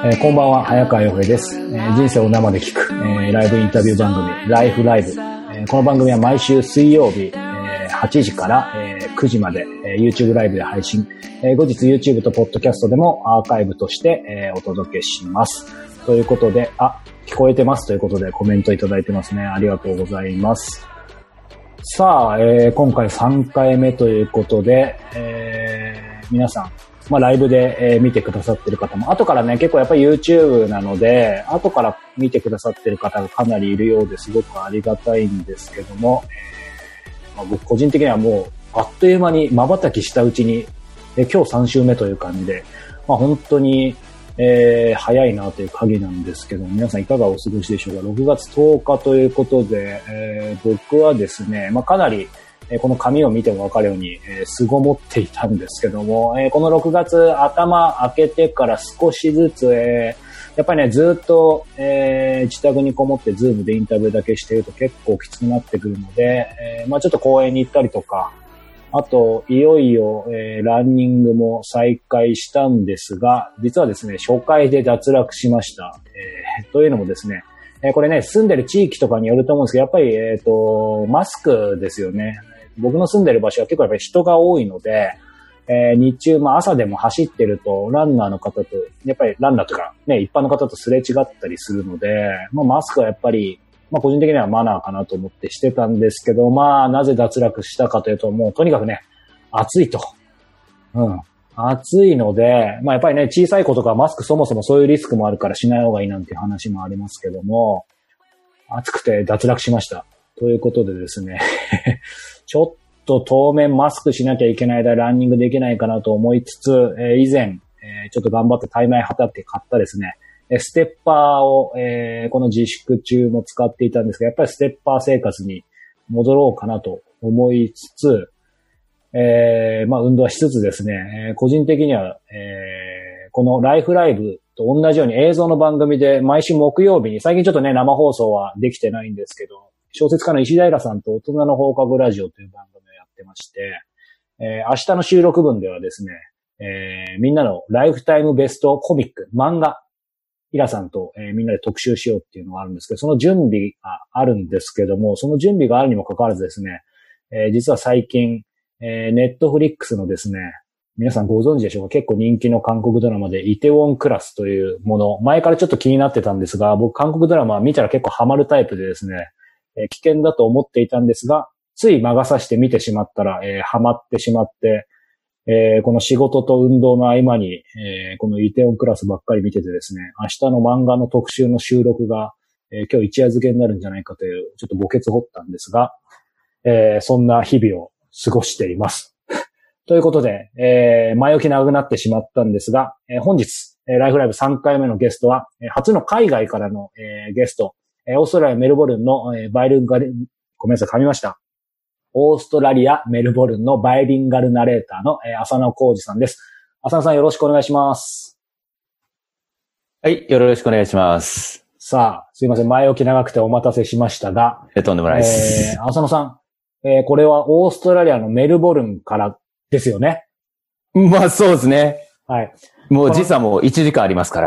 こんばんは、早川洋平です。人生を生で聞く、ライブインタビュー番組、ライフライブ。この番組は毎週水曜日、8時から、9時まで、YouTube ライブで配信。後日 YouTube と Podcast でもアーカイブとして、お届けします。ということで、聞こえてますということでコメントいただいてますね。ありがとうございます。さあ、今回3回目ということで、皆さん、ライブで、見てくださってる方も、後からね、結構やっぱり YouTube なので、後から見てくださってる方がかなりいるようですごくありがたいんですけども、僕個人的にはもう、あっという間に瞬きしたうちに、今日3週目という感じで、本当に、早いなという限りなんですけど、皆さんいかがお過ごしでしょうか。6月10日ということで、僕はですね、かなり、この紙を見てもわかるように、凄もっていたんですけども、この6月頭明けてから少しずつ、やっぱりね、ずっと、自宅にこもってズームでインタビューだけしていると結構きつくなってくるので、ちょっと公園に行ったりとか、あと、いよいよ、ランニングも再開したんですが、実はですね、初回で脱落しました。というのもですね、これね、住んでる地域とかによると思うんですけど、やっぱり、マスクですよね。僕の住んでる場所は結構やっぱり人が多いので、日中、朝でも走ってると、ランナーの方と、やっぱりランナーとか、ね、一般の方とすれ違ったりするので、マスクはやっぱり、個人的にはマナーかなと思ってしてたんですけど、なぜ脱落したかというと、もうとにかくね、暑いと。暑いので、やっぱりね、小さい子とかマスクそもそもそういうリスクもあるからしない方がいいなんていう話もありますけども、暑くて脱落しました。ということでですね、ちょっと当面マスクしなきゃいけない間ランニングできないかなと思いつつ、以前、ちょっと頑張ってタイマイ測って買ったですね、ステッパーを、この自粛中も使っていたんですが、やっぱりステッパー生活に戻ろうかなと思いつつ、運動はしつつですね、個人的には、このライフライブと同じように映像の番組で毎週木曜日に、最近ちょっとね、生放送はできてないんですけど、小説家の石平さんと大人の放課後ラジオという番組をやってまして、明日の収録分ではですね、みんなのライフタイムベストコミック、漫画、イラさんと、みんなで特集しようっていうのがあるんですけど、その準備があるんですけども、その準備があるにもかかわらずですね、実は最近、ネットフリックスのですね、皆さんご存知でしょうか、結構人気の韓国ドラマでイテウォンクラスというもの、前からちょっと気になってたんですが、僕韓国ドラマ見たら結構ハマるタイプでですね、危険だと思っていたんですが、つい魔が差して見てしまったら、ハマってしまって、この仕事と運動の合間に、このイテウォンクラスばっかり見ててですね、明日の漫画の特集の収録が、今日一夜漬けになるんじゃないかという、ちょっと墓穴掘ったんですが、そんな日々を過ごしています。ということで、前置き長くなってしまったんですが、本日、ライフライブ3回目のゲストは、初の海外からの、ゲスト、オーストラリアメルボルンの、バイリンガル、ごめんなさい、噛みました。オーストラリアメルボルンのバイリンガルナレーターの、浅野浩二さんです。浅野さんよろしくお願いします。 はい、よろしくお願いします。 さあ、すいません、前置き長くてお待たせしましたが。 とんでもないです。 浅野さん、これはオーストラリアのメルボルンからですよね。 そうですね。 はい。 もう時差も1時間ありますから。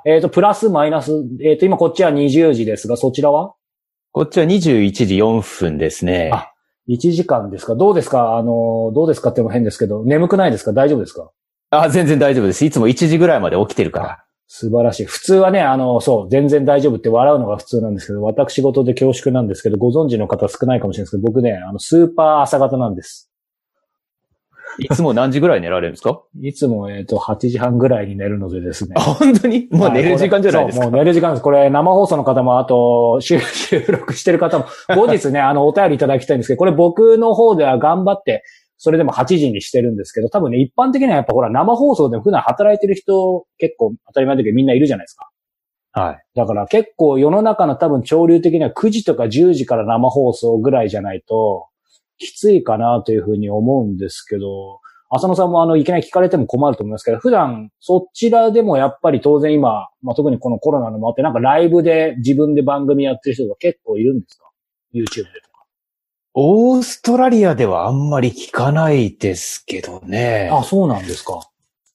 プラスマイナス、今こっちは20時ですが、そちらは？ こっちは21時4分ですね。 1時間ですか？どうですか？どうですかっても変ですけど、眠くないですか？大丈夫ですか？ 全然大丈夫です。いつも1時ぐらいまで起きてるから。 素晴らしい。普通はね、全然大丈夫って笑うのが普通なんですけど、私事で恐縮なんですけど、ご存知の方少ないかもしれないですけど、僕ね、スーパー朝方なんです。 いつも何時ぐらい寝られるんですか？ いつも8時半ぐらいに寝るのでですね。 本当に？もう寝る時間じゃないですか？ もう寝る時間です。これ生放送の方も、あと収録してる方も、後日ね、お便りいただきたいんですけど、これ僕の方では頑張って、それでも8時にしてるんですけど、多分ね、一般的にはやっぱほら生放送でも普段働いてる人結構当たり前だけどみんないるじゃないですか。 はい。 だから結構世の中の多分潮流的には9時とか10時から生放送ぐらいじゃないときついかなというふうに思うんですけど、浅野さんもいきなり聞かれても困ると思いますけど、普段そちらでもやっぱり当然今、特にこのコロナのもあってなんかライブで自分で番組やってる人が結構いるんですか？ YouTube で。 オーストラリアではあんまり聞かないですけどね。 そうなんですか。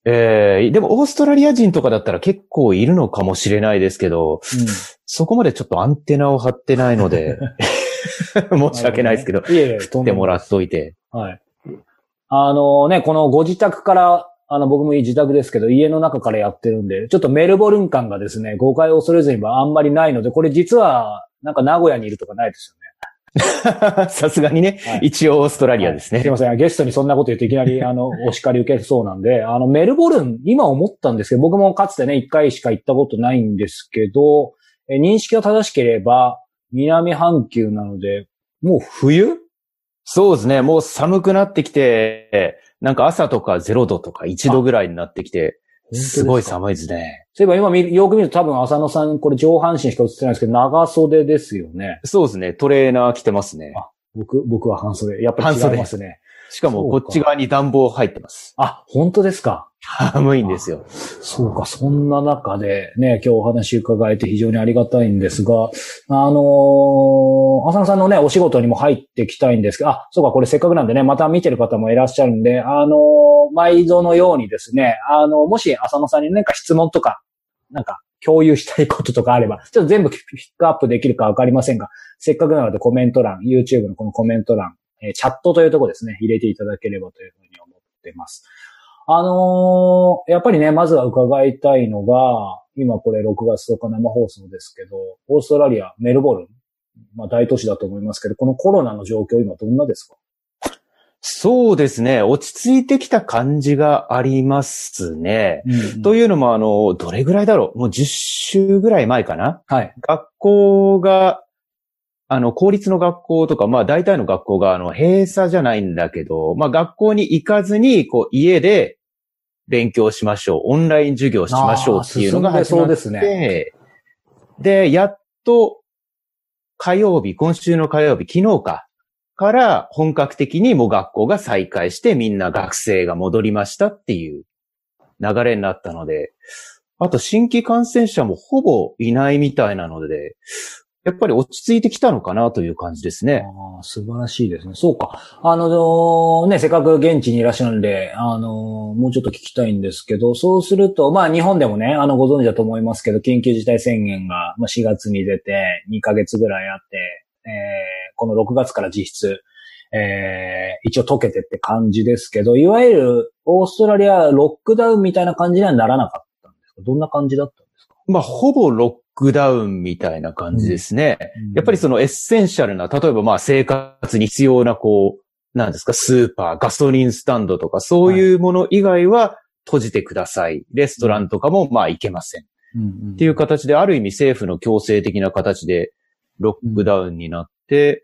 でもオーストラリア人とかだったら結構いるのかもしれないですけど、そこまでちょっとアンテナを張ってないので、申し訳ないですけど、振ってもらっといて。 はい。このご自宅から、僕も自宅ですけど、家の中からやってるんで、ちょっとメルボルン感がですね、誤解を恐れずにはあんまりないので、これ実は、なんか名古屋にいるとかないですよね。 さすがにね、はい、一応オーストラリアですね。 すいません。ゲストにそんなこと言っていきなり、お叱り受けそうなんで、メルボルン、今思ったんですけど、僕もかつてね、一回しか行ったことないんですけど、認識が正しければ、南半球なので、もう冬？ そうですね。もう寒くなってきて、なんか朝とか0度とか1度ぐらいになってきて、すごい寒いですね。 そういえば今よく見ると多分浅野さん、これ上半身しか映ってないですけど、長袖ですよね。 そうですね。トレーナー着てますね。 僕は半袖。やっぱり違いますね。 しかもこっち側に暖房入ってます。 本当ですか。 寒いんですよ。 そうか、そんな中でね、今日お話伺えて非常にありがたいんですが、浅野さんのね、お仕事にも入っていきたいんですけど、そうか、これせっかくなんでね、また見てる方もいらっしゃるんで、毎度のようにですね、もし浅野さんに何か質問とか、なんか共有したいこととかあれば、ちょっと全部ピックアップできるかわかりませんが、せっかくなのでコメント欄、YouTube のこのコメント欄、チャットというところですね、入れていただければというふうに思っています。やっぱりね、まずは伺いたいのが、今これ6月10日生放送ですけど、オーストラリア、メルボルン、大都市だと思いますけど、このコロナの状況今どんなですか？ そうですね。落ち着いてきた感じがありますね。というのも、どれぐらいだろう？もう10週ぐらい前かな？はい。学校が、公立の学校とか、大体の学校が、閉鎖じゃないんだけど、学校に行かずに、家で勉強しましょう。オンライン授業しましょうっていうのが始まって、そうですね。で、やっと、今週の火曜日、昨日から本格的にもう学校が再開してみんな学生が戻りましたっていう流れになったので、あと新規感染者もほぼいないみたいなので、やっぱり落ち着いてきたのかなという感じですね。 素晴らしいですね。そうか。せっかく現地にいらっしゃるんで、もうちょっと聞きたいんですけど、そうすると、日本でもね、ご存知だと思いますけど、緊急事態宣言が4月に出て2ヶ月ぐらいあって、この6月から実質、一応解けてって感じですけど、いわゆるオーストラリアロックダウンみたいな感じにはならなかったんですか？どんな感じだったんですか？ ほぼロックダウンみたいな感じですね。やっぱりそのエッセンシャルな、例えば生活に必要ななんですか、スーパー、ガソリンスタンドとかそういうもの以外は閉じてください。レストランとかも行けません。っていう形で、ある意味政府の強制的な形でロックダウンになって、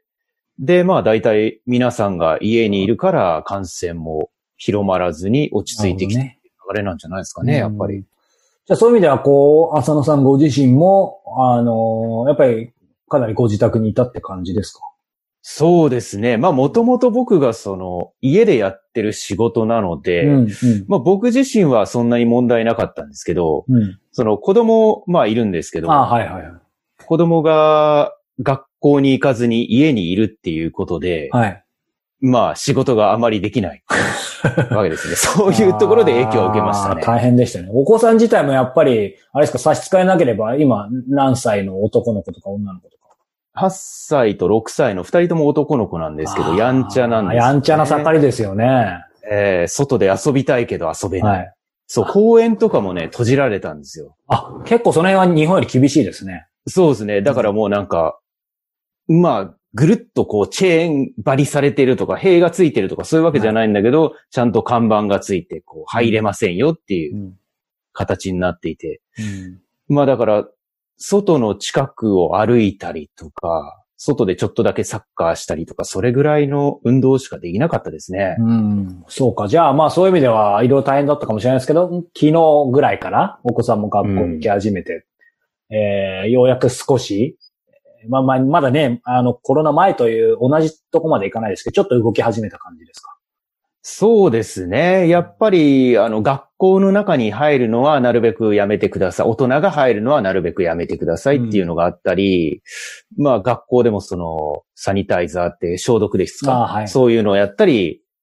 で、大体皆さんが家にいるから感染も広まらずに落ち着いてきて、流れなんじゃないですかね、やっぱり。 じゃあそういう意味では、浅野さんご自身も、やっぱりかなりご自宅にいたって感じですか？ そうですね。もともと僕が家でやってる仕事なので、僕自身はそんなに問題なかったんですけど、子供、いるんですけど、子供が学校に行かずに家にいるっていうことで、仕事があまりできないわけですね。そういうところで影響を受けましたね。 大変でしたね。お子さん自体もやっぱり、あれですか、差し支えなければ、今、何歳の男の子とか女の子とか。 8歳と6歳の2人とも男の子なんですけど、やんちゃなんですよね。 やんちゃな盛りですよね。 外で遊びたいけど遊べない。そう、公園とかもね、閉じられたんですよ。 結構その辺は日本より厳しいですね。 そうですね。だからもうなんか、ぐるっとチェーン張りされてるとか、塀がついてるとか、そういうわけじゃないんだけど、ちゃんと看板がついて、入れませんよっていう形になっていて。だから、外の近くを歩いたりとか、外でちょっとだけサッカーしたりとか、それぐらいの運動しかできなかったですね。 そうか。じゃあそういう意味では、いろいろ大変だったかもしれないですけど、昨日ぐらいからお子さんも学校に行き始めて、ようやく少し、まだね、コロナ前という同じとこまでいかないですけど、ちょっと動き始めた感じですか？ そうですね。やっぱり、学校の中に入るのはなるべくやめてください。大人が入るのはなるべくやめてくださいっていうのがあったり、学校でもサニタイザーって消毒ですか、そういうのをやったり、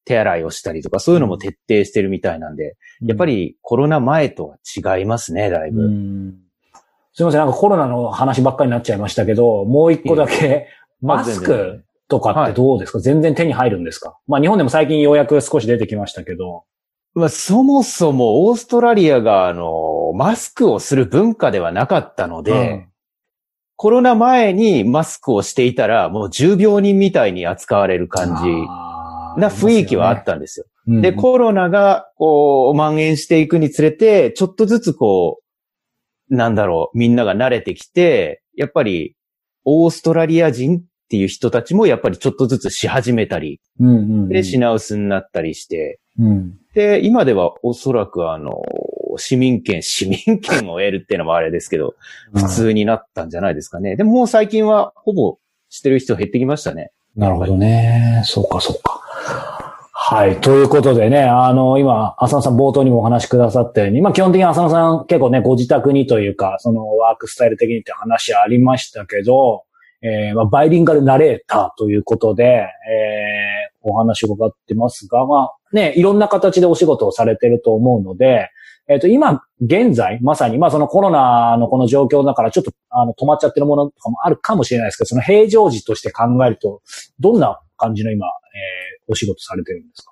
手洗いをしたりとか、そういうのも徹底してるみたいなんで、やっぱりコロナ前とは違いますね、だいぶ。 すいません、なんかコロナの話ばっかりになっちゃいましたけど、もう一個だけ、マスクとかってどうですか？全然手に入るんですか？まあ日本でも最近ようやく少し出てきましたけど。 まあそもそもオーストラリアがマスクをする文化ではなかったので、コロナ前にマスクをしていたら、もう重病人みたいに扱われる感じな雰囲気はあったんですよ。で、コロナがこう蔓延していくにつれて、ちょっとずつこう、みんなが慣れてきて、やっぱりオーストラリア人っていう人たちもやっぱりちょっとずつし始めたり、で、品薄になったりして、で、今ではおそらく市民権を得るっていうのもあれですけど、普通になったんじゃないですかね。でももう最近はほぼしてる人減ってきましたね。 なるほどね。そうか、そうか。はい。ということでね、今、浅野さん冒頭にもお話しくださったように、基本的に浅野さん結構ね、ご自宅にというか、そのワークスタイル的にって話ありましたけど、バイリンガルナレーターということで、お話を伺ってますが、いろんな形でお仕事をされてると思うので、今、現在、まさに、そのコロナのこの状況だから、ちょっと、止まっちゃってるものとかもあるかもしれないですけど、その平常時として考えると、どんな感じの今、お仕事されてるんですか？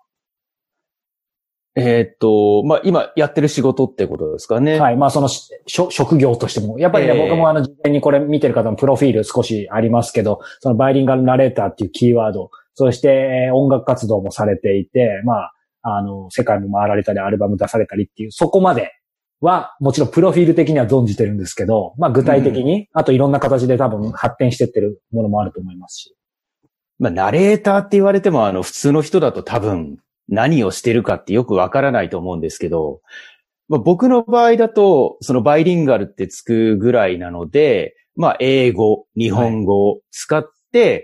今やってる仕事ってことですかね。 はい。その、職業としても。やっぱりね、僕も事前にこれ見てる方のプロフィール少しありますけど、そのバイリンガルナレーターっていうキーワード、そして音楽活動もされていて、世界も回られたり、アルバム出されたりっていう、そこまでは、もちろんプロフィール的には存じてるんですけど、具体的に、あといろんな形で多分発展してってるものもあると思いますし。 ナレーターって言われても、普通の人だと多分、何をしてるかってよくわからないと思うんですけど、僕の場合だと、そのバイリンガルってつくぐらいなので、英語、日本語を使って、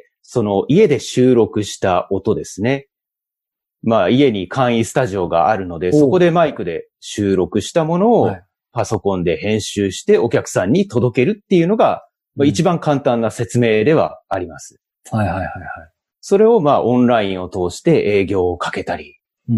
その家で収録した音ですね。家に簡易スタジオがあるので、そこでマイクで収録したものをパソコンで編集してお客さんに届けるっていうのが、一番簡単な説明ではあります。 はいはいはいはい。 それをオンラインを通して営業をかけたり。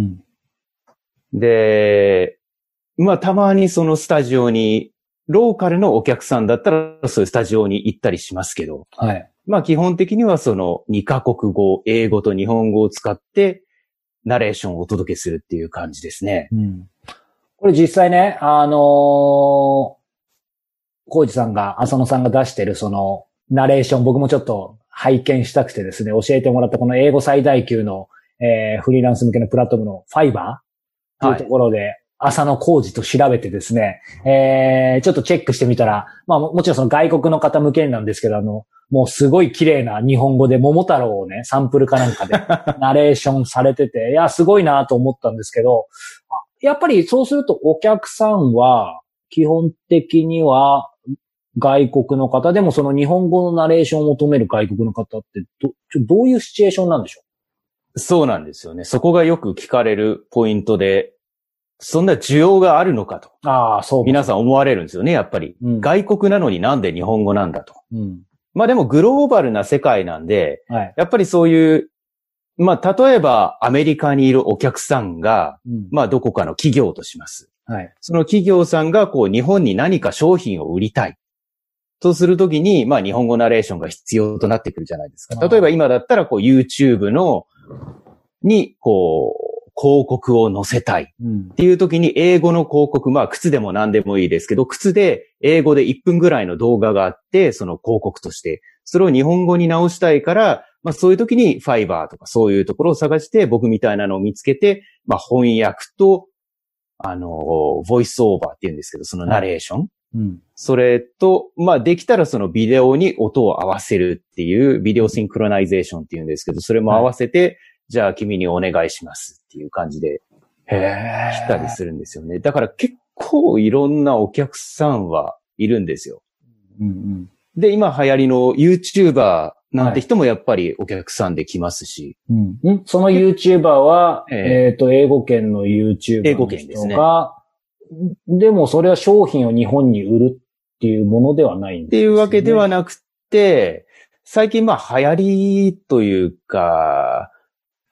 で、たまにそのスタジオに、ローカルのお客さんだったらそういうスタジオに行ったりしますけど。 はい。 基本的にはその2カ国語、英語と日本語を使ってナレーションをお届けするっていう感じですね。 これ実際ね、コウジさんが、浅野さんが出してるそのナレーション、僕もちょっと拝見したくてですね、教えてもらったこの英語最大級の、フリーランス向けのプラットフォームのファイバーというところで、浅野浩二と調べてですね、ちょっとチェックしてみたら、もちろんその外国の方向けなんですけど、もうすごい綺麗な日本語で桃太郎をね、サンプルかなんかでナレーションされてて、いや、すごいなと思ったんですけど、やっぱりそうするとお客さんは、基本的には外国の方でもその日本語のナレーションを求める外国の方ってどういうシチュエーションなんでしょう？そうなんですよね。そこがよく聞かれるポイントで、そんな需要があるのかと。 そう皆さん思われるんですよね、やっぱり。外国なのになんで日本語なんだと。でもグローバルな世界なんで、やっぱりそういう、例えばアメリカにいるお客さんが、どこかの企業とします。その企業さんが日本に何か商品を売りたい。とするときに、日本語ナレーションが必要となってくるじゃないですか。例えば今だったらYouTube に広告を載せたいっていう時に英語の広告、靴でも何でもいいですけど、靴で英語で1分ぐらいの動画があって、その広告として、それを日本語に直したいから、そういう時にファイバーとかそういうところを探して、僕みたいなのを見つけて、翻訳と、ボイスオーバーっていうんですけど、そのナレーション。それと、できたらそのビデオに音を合わせるっていう、ビデオシンクロナイゼーションっていうんですけど、それも合わせて、じゃあ君にお願いしますっていう感じで来たりするんですよね。だから結構いろんなお客さんはいるんですよ。で、今流行りの YouTuber なんて人もやっぱりお客さんで来ますし。 その YouTuber は、英語圏の YouTuber の人が、 英語圏ですね。 でもそれは商品を日本に売るっていうものではないんですね。 っていうわけではなくて、最近流行りというか、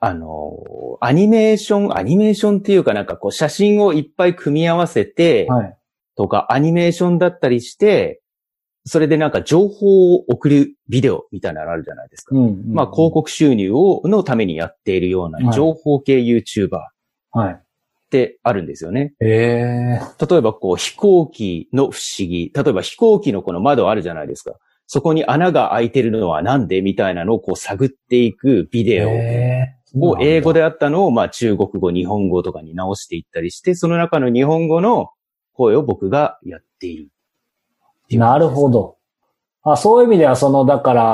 アニメーションっていうかなんかこう写真をいっぱい組み合わせて、はい、とかアニメーションだったりして、それでなんか情報を送るビデオみたいなのあるじゃないですか。まあ広告収入のためにやっているような情報系 YouTuber ってあるんですよね。例えばこう飛行機の不思議、例えば飛行機のこの窓あるじゃないですか。そこに穴が開いてるのはなんでみたいなのをこう探っていくビデオを英語であったのをまあ中国語、日本語とかに直していったりして、その中の日本語の声を僕がやっている。 なるほど。そういう意味ではだから、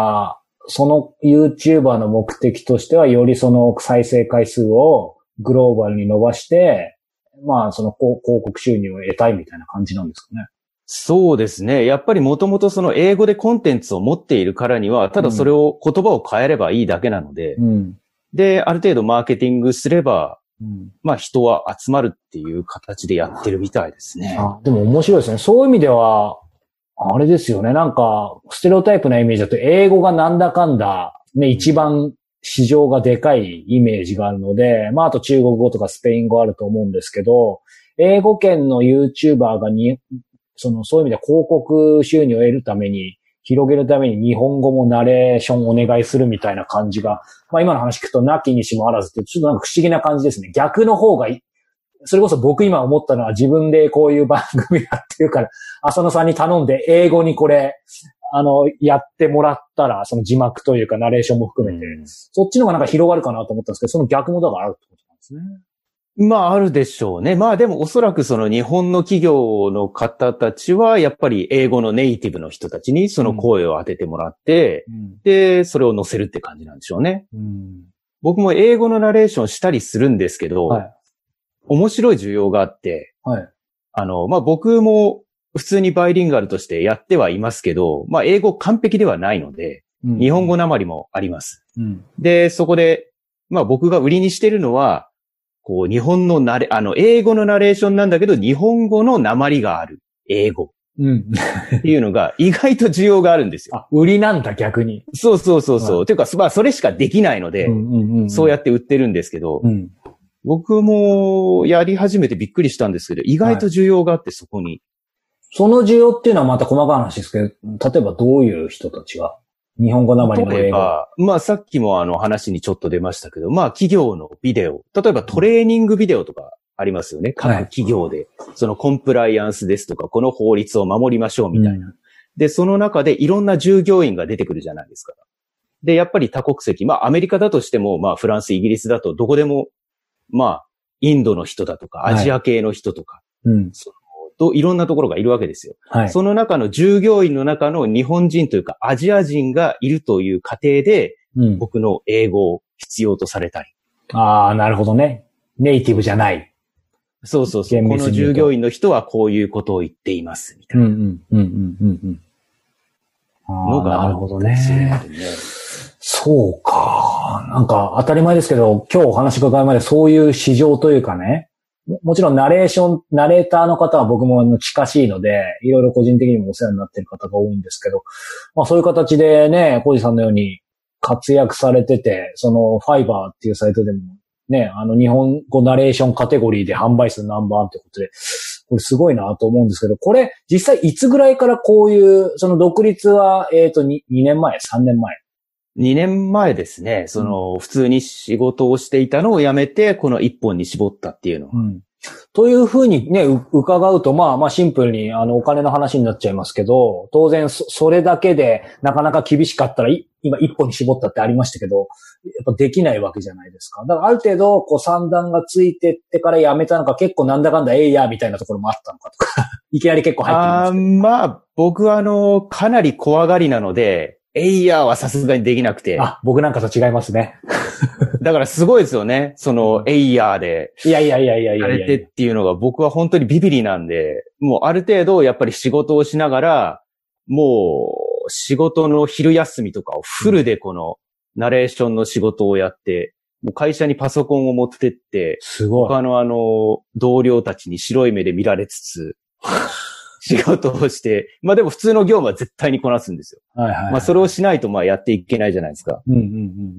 その YouTuber の目的としてはよりその再生回数をグローバルに伸ばして、まあその広告収入を得たいみたいな感じなんですかね。 そうですね。やっぱりもともとその英語でコンテンツを持っているからには、ただそれを言葉を変えればいいだけなので、で、ある程度マーケティングすれば、まあ人は集まるっていう形でやってるみたいですね。 でも面白いですね。そういう意味では、あれですよね。なんか、ステレオタイプなイメージだと、英語がなんだかんだ、ね、一番市場がでかいイメージがあるので、まああと中国語とかスペイン語あると思うんですけど、英語圏の YouTuber がそういう意味では広告収入を得るために、広げるために日本語もナレーションお願いするみたいな感じが、まあ今の話聞くとなきにしもあらずって、ちょっとなんか不思議な感じですね。逆の方がそれこそ僕今思ったのは自分でこういう番組やってるから、浅野さんに頼んで英語にこれ、やってもらったら、その字幕というかナレーションも含めて、そっちの方がなんか広がるかなと思ったんですけど、その逆もだからあるってことなんですね。 まああるでしょうね。まあでもおそらくその日本の企業の方たちはやっぱり英語のネイティブの人たちにその声を当ててもらって、で、それを載せるって感じなんでしょうね。僕も英語のナレーションしたりするんですけど、面白い需要があって、まあ僕も普通にバイリンガルとしてやってはいますけど、まあ英語完璧ではないので、日本語なまりもあります。で、そこで、まあ僕が売りにしてるのは、こう日本の英語のナレーションなんだけど、日本語の訛りがある英語。っていうのが意外と需要があるんですよ。 売りなんだ逆に。 そう。ていうか、まあそれしかできないので、そうやって売ってるんですけど、僕もやり始めてびっくりしたんですけど、意外と需要があってそこに。 その需要っていうのはまた細かい話ですけど、例えばどういう人たちが日本語なまりの英語。 まあさっきも話にちょっと出ましたけど、まあ企業のビデオ。例えばトレーニングビデオとかありますよね。各企業で。そのコンプライアンスですとか、この法律を守りましょうみたいな。で、その中でいろんな従業員が出てくるじゃないですか。で、やっぱり多国籍。まあアメリカだとしても、まあフランス、イギリスだとどこでも、まあ、インドの人だとか、アジア系の人とか、いろんなところがいるわけですよ。その中の従業員の中の日本人というか、アジア人がいるという過程で、僕の英語を必要とされたり。 なるほどね。ネイティブじゃない。 そう。この従業員の人はこういうことを言っています、みたいな。のがなるほどね。そうか。なんか当たり前ですけど、今日お話伺うまでそういう市場というかね、もちろんナレーターの方は僕も近しいので、いろいろ個人的にもお世話になっている方が多いんですけど、まあそういう形でね、コージさんのように活躍されてて、そのファイバーっていうサイトでもね、日本語ナレーションカテゴリーで販売数ナンバーワンってことで、これすごいなと思うんですけど、これ実際いつぐらいからこういう、その独立は、2年前 ?3 年前 2年前ですね。普通に仕事をしていたのを辞めて、この一本に絞ったっていうのは。 というふうにね、伺うと、まあシンプルに、お金の話になっちゃいますけど、当然、それだけで、なかなか厳しかったら、今一本に絞ったってありましたけど、やっぱできないわけじゃないですか。だからある程度、算段がついてってから辞めたのか、結構なんだかんだみたいなところもあったのかとか、いきなり結構入ってますけど。 まあ、僕はかなり怖がりなので、はさすがにできなくて。 僕なんかと違いますね。 だからすごいですよね。で。やれてっていうのが僕は本当にビビリなんで、もうある程度やっぱり仕事をしながら、もう仕事の昼休みとかをフルでこのナレーションの仕事をやって、もう会社にパソコンを持ってって、 すごい。 他の同僚たちに白い目で見られつつ、仕事をして、まあでも普通の業務は絶対にこなすんですよ。まあそれをしないとまあやっていけないじゃないですか。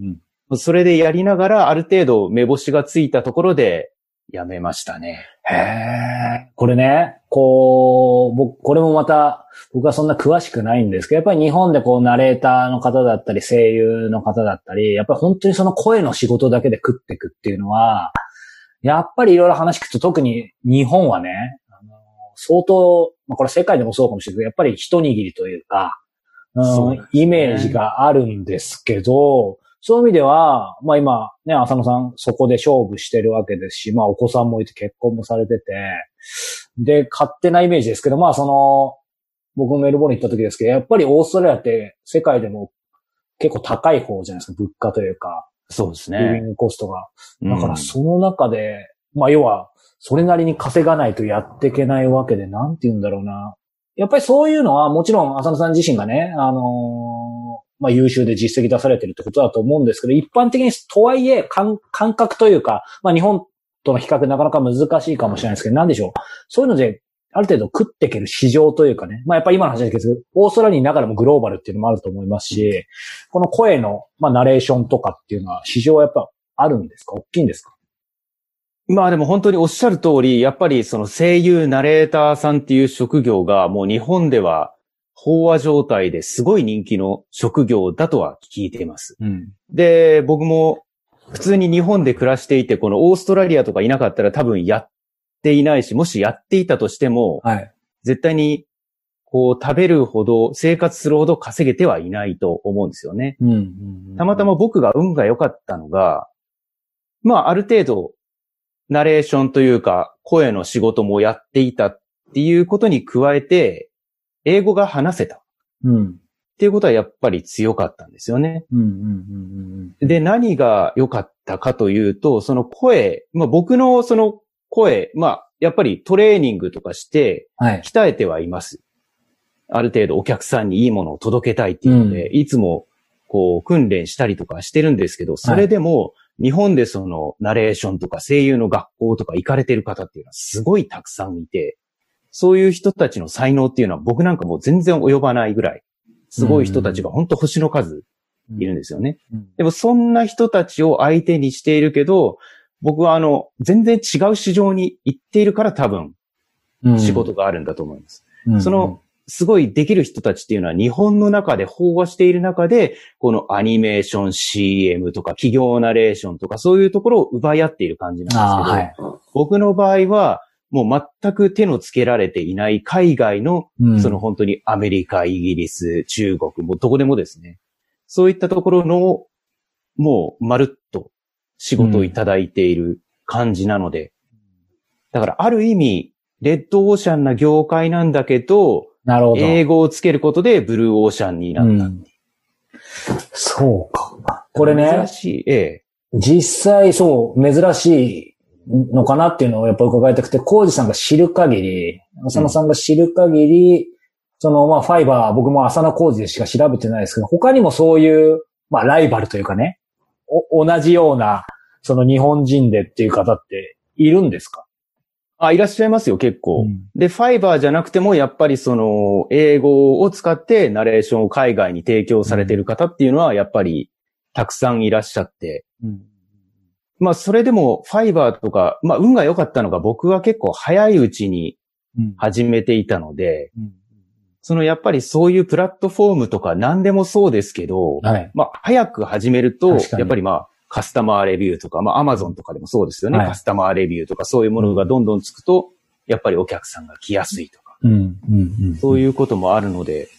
それでやりながらある程度目星がついたところでやめましたね。 へー。これね、これもまた僕はそんな詳しくないんですけど、やっぱり日本でナレーターの方だったり声優の方だったり、やっぱり本当にその声の仕事だけで食っていくっていうのは、やっぱりいろいろ話聞くと特に日本はね、相当、これ世界でもそうかもしれないけど、やっぱり一握りというか、イメージがあるんですけど、そういう意味では、今ね、浅野さんそこで勝負してるわけですし、お子さんもいて結婚もされてて、で、勝手なイメージですけど、僕もメルボルン行った時ですけど、やっぱりオーストラリアって世界でも結構高い方じゃないですか、物価というか。 そうですね。 リビングコストが。だからその中で、要は、それなりに稼がないとやっていけないわけで、なんて言うんだろうな。やっぱりそういうのは、もちろん浅野さん自身がね、優秀で実績出されてるってことだと思うんですけど、一般的にとはいえ感覚というか、日本との比較なかなか難しいかもしれないですけど、なんでしょう。そういうので、ある程度食っていける市場というかね。やっぱり今の話ですけど、オーストラリアの中でもグローバルっていうのもあると思いますし、この声の、ナレーションとかっていうのは市場はやっぱあるんですか？大きいんですか？ でも本当におっしゃる通り、やっぱりその声優ナレーターさんっていう職業がもう日本では飽和状態ですごい人気の職業だとは聞いています。うん、で、僕も普通に日本で暮らしていて、このオーストラリアとかいなかったら多分やっていないし、もしやっていたとしても、はい、絶対に食べるほど、生活するほど稼げてはいないと思うんですよね。たまたま僕が運が良かったのが、ある程度、ナレーションというか、声の仕事もやっていたっていうことに加えて、英語が話せた。っていうことはやっぱり強かったんですよね。で、何が良かったかというと、その声、僕のその声、やっぱりトレーニングとかして、鍛えてはいます。ある程度お客さんにいいものを届けたいっていうので、いつも訓練したりとかしてるんですけど、それでも、日本でそのナレーションとか声優の学校とか行かれてる方っていうのはすごいたくさんいて、そういう人たちの才能っていうのは僕なんかもう全然及ばないぐらい、すごい人たちが本当星の数いるんですよね。でもそんな人たちを相手にしているけど、僕は全然違う市場に行っているから多分、仕事があるんだと思います。その、すごいできる人たちっていうのは日本の中で飽和している中で、このアニメーション CM とか企業ナレーションとかそういうところを奪い合っている感じなんですけど、僕の場合はもう全く手のつけられていない海外の、その本当にアメリカ、イギリス、中国、もうどこでもですね、そういったところのもうまるっと仕事をいただいている感じなので、だからある意味、レッドオーシャンな業界なんだけど、 なるほど。 英語をつけることでブルーオーシャンになった。 そうか。これね。 珍しい。 実際珍しいのかなっていうのをやっぱ伺いたくて、コウジさんが知る限り、浅野さんが知る限り、ファイバー、僕も浅野コウジでしか調べてないですけど、他にもそういう、ライバルというかね、同じような、日本人でっていう方っているんですか？ いらっしゃいますよ、結構。で、ファイバーじゃなくても、やっぱり英語を使ってナレーションを海外に提供されている方っていうのは、やっぱり、たくさんいらっしゃって。それでも、ファイバーとか、運が良かったのが、僕は結構早いうちに始めていたので、やっぱりそういうプラットフォームとか何でもそうですけど、早く始めると、やっぱりカスタマーレビューとか、Amazon とかでもそうですよね。カスタマーレビューとかそういうものがどんどんつくと、やっぱりお客さんが来やすいとか。そういうこともあるので。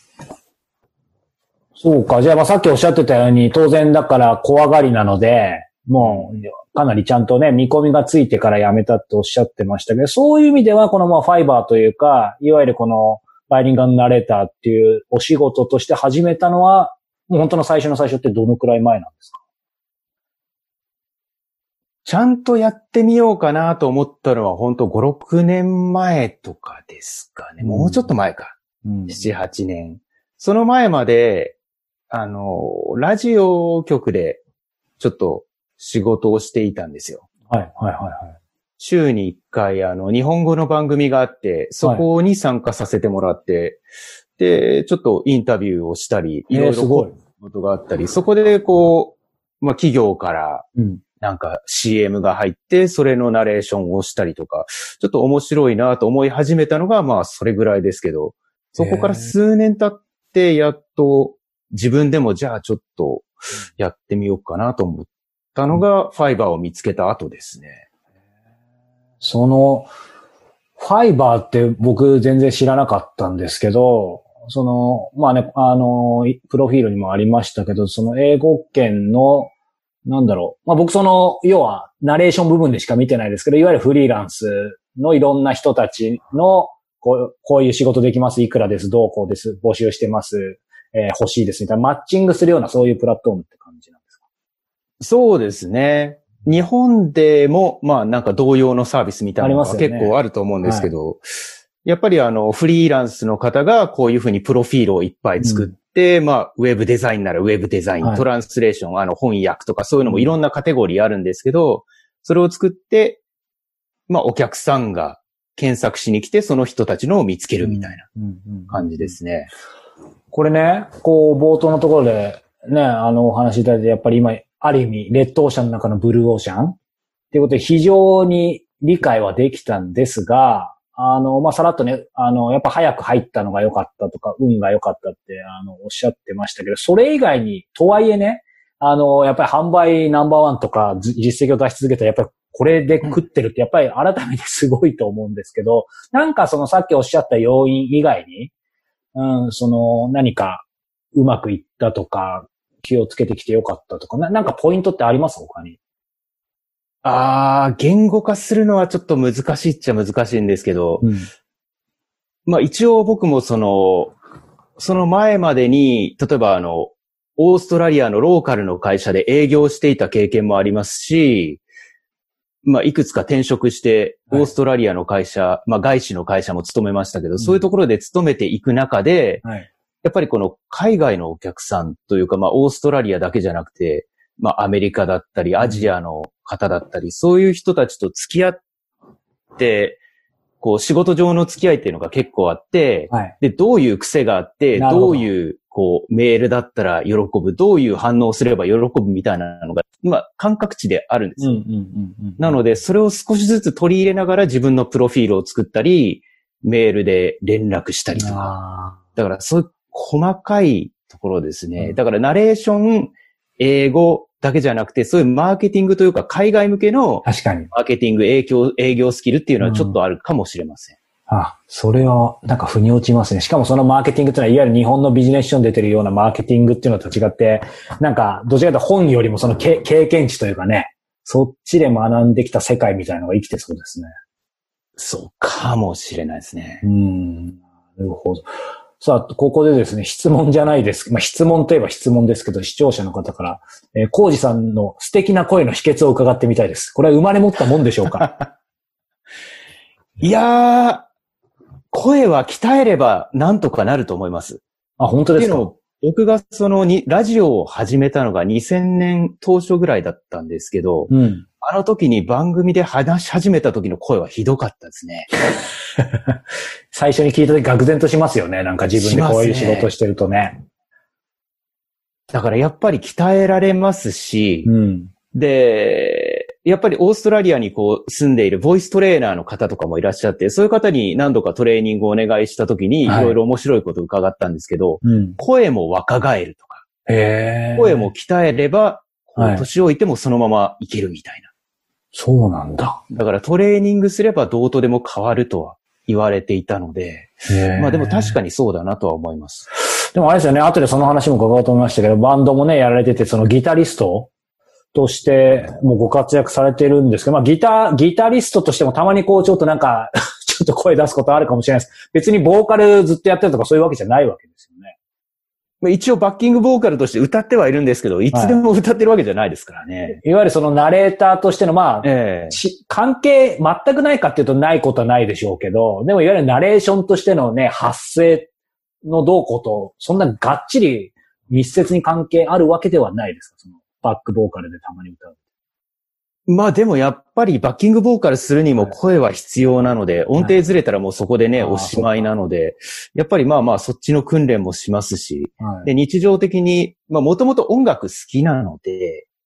そうか。じゃあさっきおっしゃってたように、当然だから怖がりなので、もうかなりちゃんとね、見込みがついてから辞めたっておっしゃってましたけど、そういう意味ではこのファイバーというか、いわゆるこのバイリンガルナレーターっていうお仕事として始めたのは、もう本当の最初の最初ってどのくらい前なんですか？ ちゃんとやってみようかなと思ったのは本当5、6年前とかですかね。もうちょっと前か。7、8年。その前まで、ラジオ局でちょっと仕事をしていたんですよ。週に1回、日本語の番組があって、そこに参加させてもらって、で、ちょっとインタビューをしたり、いろいろことがあったり、そこでまあ企業から、なんか CM が入って、それのナレーションをしたりとか、ちょっと面白いなと思い始めたのが、まあそれぐらいですけど、そこから数年経って、やっと自分でもじゃあちょっとやってみようかなと思ったのが、ファイバーを見つけた後ですね。 その、ファイバーって僕全然知らなかったんですけど、まあね、プロフィールにもありましたけど、その英語圏の、なんだろう。まあ僕要は、ナレーション部分でしか見てないですけど、いわゆるフリーランスのいろんな人たちの、こういう仕事できます、いくらです、どうこうです、募集してます、欲しいですみたいな、マッチングするようなそういうプラットフォームって感じなんですか？ そうですね。日本でも、まあなんか同様のサービスみたいなのが結構あると思うんですけど、やっぱりフリーランスの方がこういうふうにプロフィールをいっぱい作って、まあウェブデザインならウェブデザイン、トランスレーション、翻訳とかそういうのもいろんなカテゴリーあるんですけど、それを作って、まあお客さんが検索しに来てその人たちのを見つけるみたいな感じですね。 これね、こう冒頭のところでね、お話しいただいて、やっぱり今、ある意味、レッドオーシャンの中のブルーオーシャンっていうことで非常に理解はできたんですが、まあ、さらっとね、やっぱ早く入ったのが良かったとか、運が良かったって、おっしゃってましたけど、それ以外に、とはいえね、やっぱり販売ナンバーワンとか、実績を出し続けたら、やっぱりこれで食ってるって、やっぱり改めてすごいと思うんですけど、なんかさっきおっしゃった要因以外に、何かうまくいったとか、気をつけてきてよかったとか、なんかポイントってあります他に？ 言語化するのはちょっと難しいっちゃ難しいんですけど、まあ一応僕もその前までに、例えばオーストラリアのローカルの会社で営業していた経験もありますし、まあいくつか転職して、オーストラリアの会社、まあ外資の会社も勤めましたけど、そういうところで勤めていく中で、やっぱりこの海外のお客さんというか、まあオーストラリアだけじゃなくて、まあアメリカだったり、アジアの方だったり、そういう人たちと付き合って、こう仕事上の付き合いっていうのが結構あって、で、どういう癖があって、どういうこうメールだったら喜ぶ、どういう反応をすれば喜ぶみたいなのが、今感覚値であるんですよ。なので、それを少しずつ取り入れながら自分のプロフィールを作ったり、メールで連絡したりとか。だからそういう細かいところですね。だからナレーション、英語だけじゃなくて、そういうマーケティングというか海外向けのマーケティング、営業スキルっていうのはちょっとあるかもしれません。 それはなんか腑に落ちますね。しかもそのマーケティングっていうのは、いわゆる日本のビジネス書に出てるようなマーケティングっていうのと違って、なんかどちらかというと本よりもその経験値というかね、そっちで学んできた世界みたいなのが生きてそうですね。 そうかもしれないですね。 なるほど。さあ、ここでですね、質問じゃないです。まあ、質問といえば質問ですけど、視聴者の方から、コウジさんの素敵な声の秘訣を伺ってみたいです。これは生まれ持ったもんでしょうか？ いやー、声は鍛えればなんとかなると思います。 本当ですか？ 僕がラジオを始めたのが2000年当初ぐらいだったんですけど、あの時に番組で話し始めた時の声はひどかったですね。 最初に聞いた時愕然としますよね。なんか自分でこういう仕事してるとね。 だからやっぱり鍛えられますし、で、やっぱりオーストラリアにこう住んでいるボイストレーナーの方とかもいらっしゃって、そういう方に何度かトレーニングをお願いした時にいろいろ面白いことを伺ったんですけど、声も若返るとか、声も鍛えれば、年老いてもそのままいけるみたいな。 そうなんだ。 だからトレーニングすればどうとでも変わるとは言われていたので、まあでも確かにそうだなとは思います。 でもあれですよね、後でその話も伺おうと思いましたけど、バンドもね、やられてて、そのギタリストとしてもうご活躍されてるんですけど、まあギタリストとしてもたまにこうちょっとなんか、ちょっと声出すことあるかもしれないです。別にボーカルずっとやってるとかそういうわけじゃないわけですよね。 一応バッキングボーカルとして歌ってはいるんですけど、いつでも歌ってるわけじゃないですからね。 いわゆるそのナレーターとしてのまあ、関係全くないかっていうとないことはないでしょうけど、でもいわゆるナレーションとしてのね、発声の動向と、そんながっちり密接に関係あるわけではないですか？そのバックボーカルでたまに歌う。 まあでもやっぱりバッキングボーカルするにも声は必要なので、音程ずれたらもうそこでね、おしまいなので、やっぱりまあまあそっちの訓練もしますし、で日常的に、まあもともと音楽好きなので、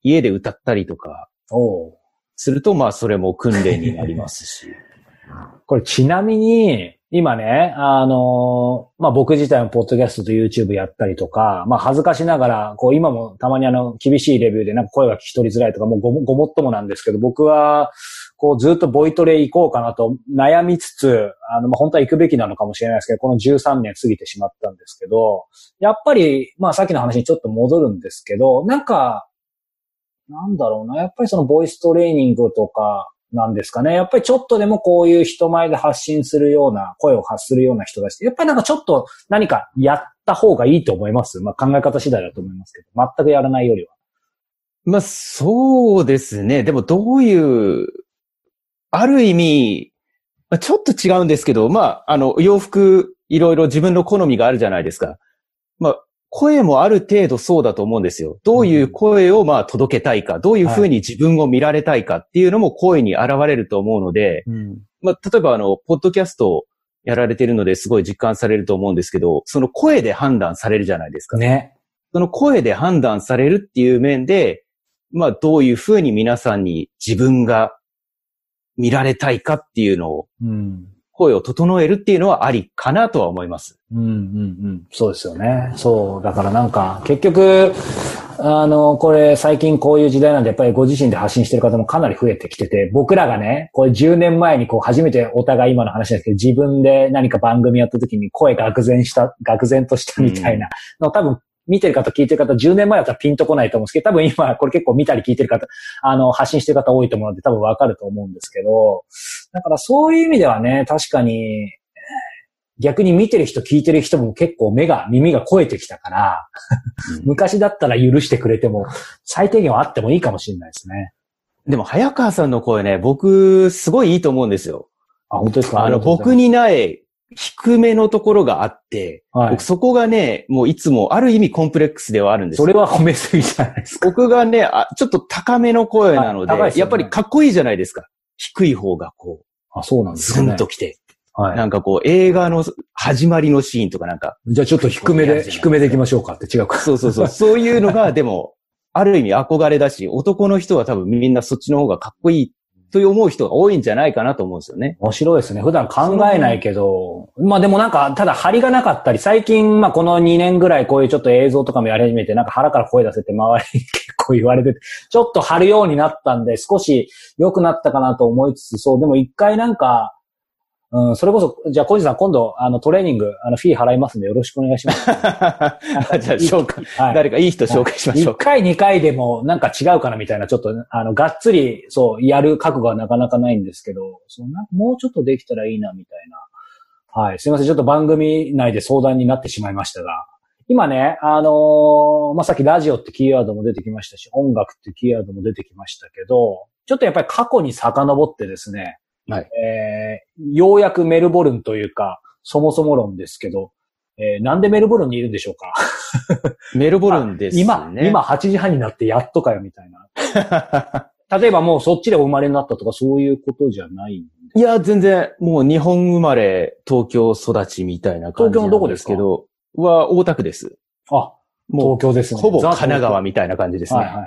家で歌ったりとか、すると、まあ、それも訓練になりますし。 これちなみに、今ね、まあ、僕自体もポッドキャストと YouTube やったりとか、まあ、恥ずかしながら、こう、今もたまに厳しいレビューでなんか声が聞き取りづらいとか、もうごもっともなんですけど、僕は、こう、ずっとボイトレ行こうかなと悩みつつ、まあ、本当は行くべきなのかもしれないですけど、この13年過ぎてしまったんですけど、やっぱり、まあ、さっきの話にちょっと戻るんですけど、なんか、なんだろうな、やっぱりそのボイストレーニングとか、なんですかね。やっぱりちょっとでもこういう人前で発信するような、声を発するような人だし、やっぱりなんかちょっと何かやった方がいいと思います。まあ考え方次第だと思いますけど、全くやらないよりは。 まあそうですね。でもどういう、ある意味、ちょっと違うんですけど、まあ洋服いろいろ自分の好みがあるじゃないですか。まあ声もある程度そうだと思うんですよ。どういう声をまあ届けたいか、どういうふうに自分を見られたいかっていうのも声に現れると思うので、まあ例えばポッドキャストやられてるのですごい実感されると思うんですけど、その声で判断されるじゃないですか。 ね。 その声で判断されるっていう面で、まあどういうふうに皆さんに自分が見られたいかっていうのを、声を整えるっていうのはありかなとは思います。 そうですよね。そう。だからなんか、結局、これ最近こういう時代なんで、やっぱりご自身で発信してる方もかなり増えてきてて、僕らがね、これ10年前にこう初めてお互い今の話ですけど、自分で何か番組やった時に声愕然としたみたいなの、多分見てる方聞いてる方10年前だったらピンとこないと思うんですけど、多分今これ結構見たり聞いてる方、発信してる方多いと思うので多分わかると思うんですけど、だからそういう意味ではね、確かに、逆に見てる人聞いてる人も結構耳が肥えてきたから、昔だったら許してくれても最低限はあってもいいかもしれないですね。 でも早川さんの声ね、僕すごいいいと思うんですよ。 あ、本当ですか？ 僕にない低めのところがあって、僕そこがね、もういつもある意味コンプレックスではあるんですよ。 それは褒めすぎじゃないですか。 僕がね、ちょっと高めの声なので、やっぱりかっこいいじゃないですか。低い方がこう。 そうなんですね。 ズンと来て。なんかこう映画の始まりのシーンとかなんか。 じゃあちょっと低めで行きましょうかって違うか。 そう。そういうのがでも、ある意味憧れだし、男の人は多分みんなそっちの方がかっこいいと思う人が多いんじゃないかなと思うんですよね。 面白いですね。普段考えないけど、まあでもなんか、ただ張りがなかったり、最近まあこの2年ぐらいこういうちょっと映像とかもやり始めて、なんか腹から声出せて周りに結構言われてて、ちょっと張るようになったんで、少し良くなったかなと思いつつ、そう、でも一回なんか、それこそ、じゃあ、小路さん、今度、トレーニング、フィー払いますんで、よろしくお願いします。じゃあ、誰かいい人紹介しましょうか。 1回、2回でも、なんか違うかなみたいな、ちょっと、がっつり、そう、やる覚悟はなかなかないんですけど、もうちょっとできたらいいな、みたいな。はい。すいません、ちょっと番組内で相談になってしまいましたが、今ね、まあ、さっきラジオってキーワードも出てきましたし、音楽ってキーワードも出てきましたけど、ちょっとやっぱり過去に遡ってですね、 はい。 ようやくメルボルンというか、そもそも論ですけど、なんでメルボルンにいるんでしょうか？ メルボルンですね。 今8時半になってやっとかよみたいな。例えばもうそっちでお生まれになったとかそういうことじゃないんですか？ いや、全然、もう日本生まれ、東京育ちみたいな感じなんですけど。東京のどこですか？は大田区です。 あ、もう東京ですね。 ほぼ神奈川みたいな感じですね。 はい。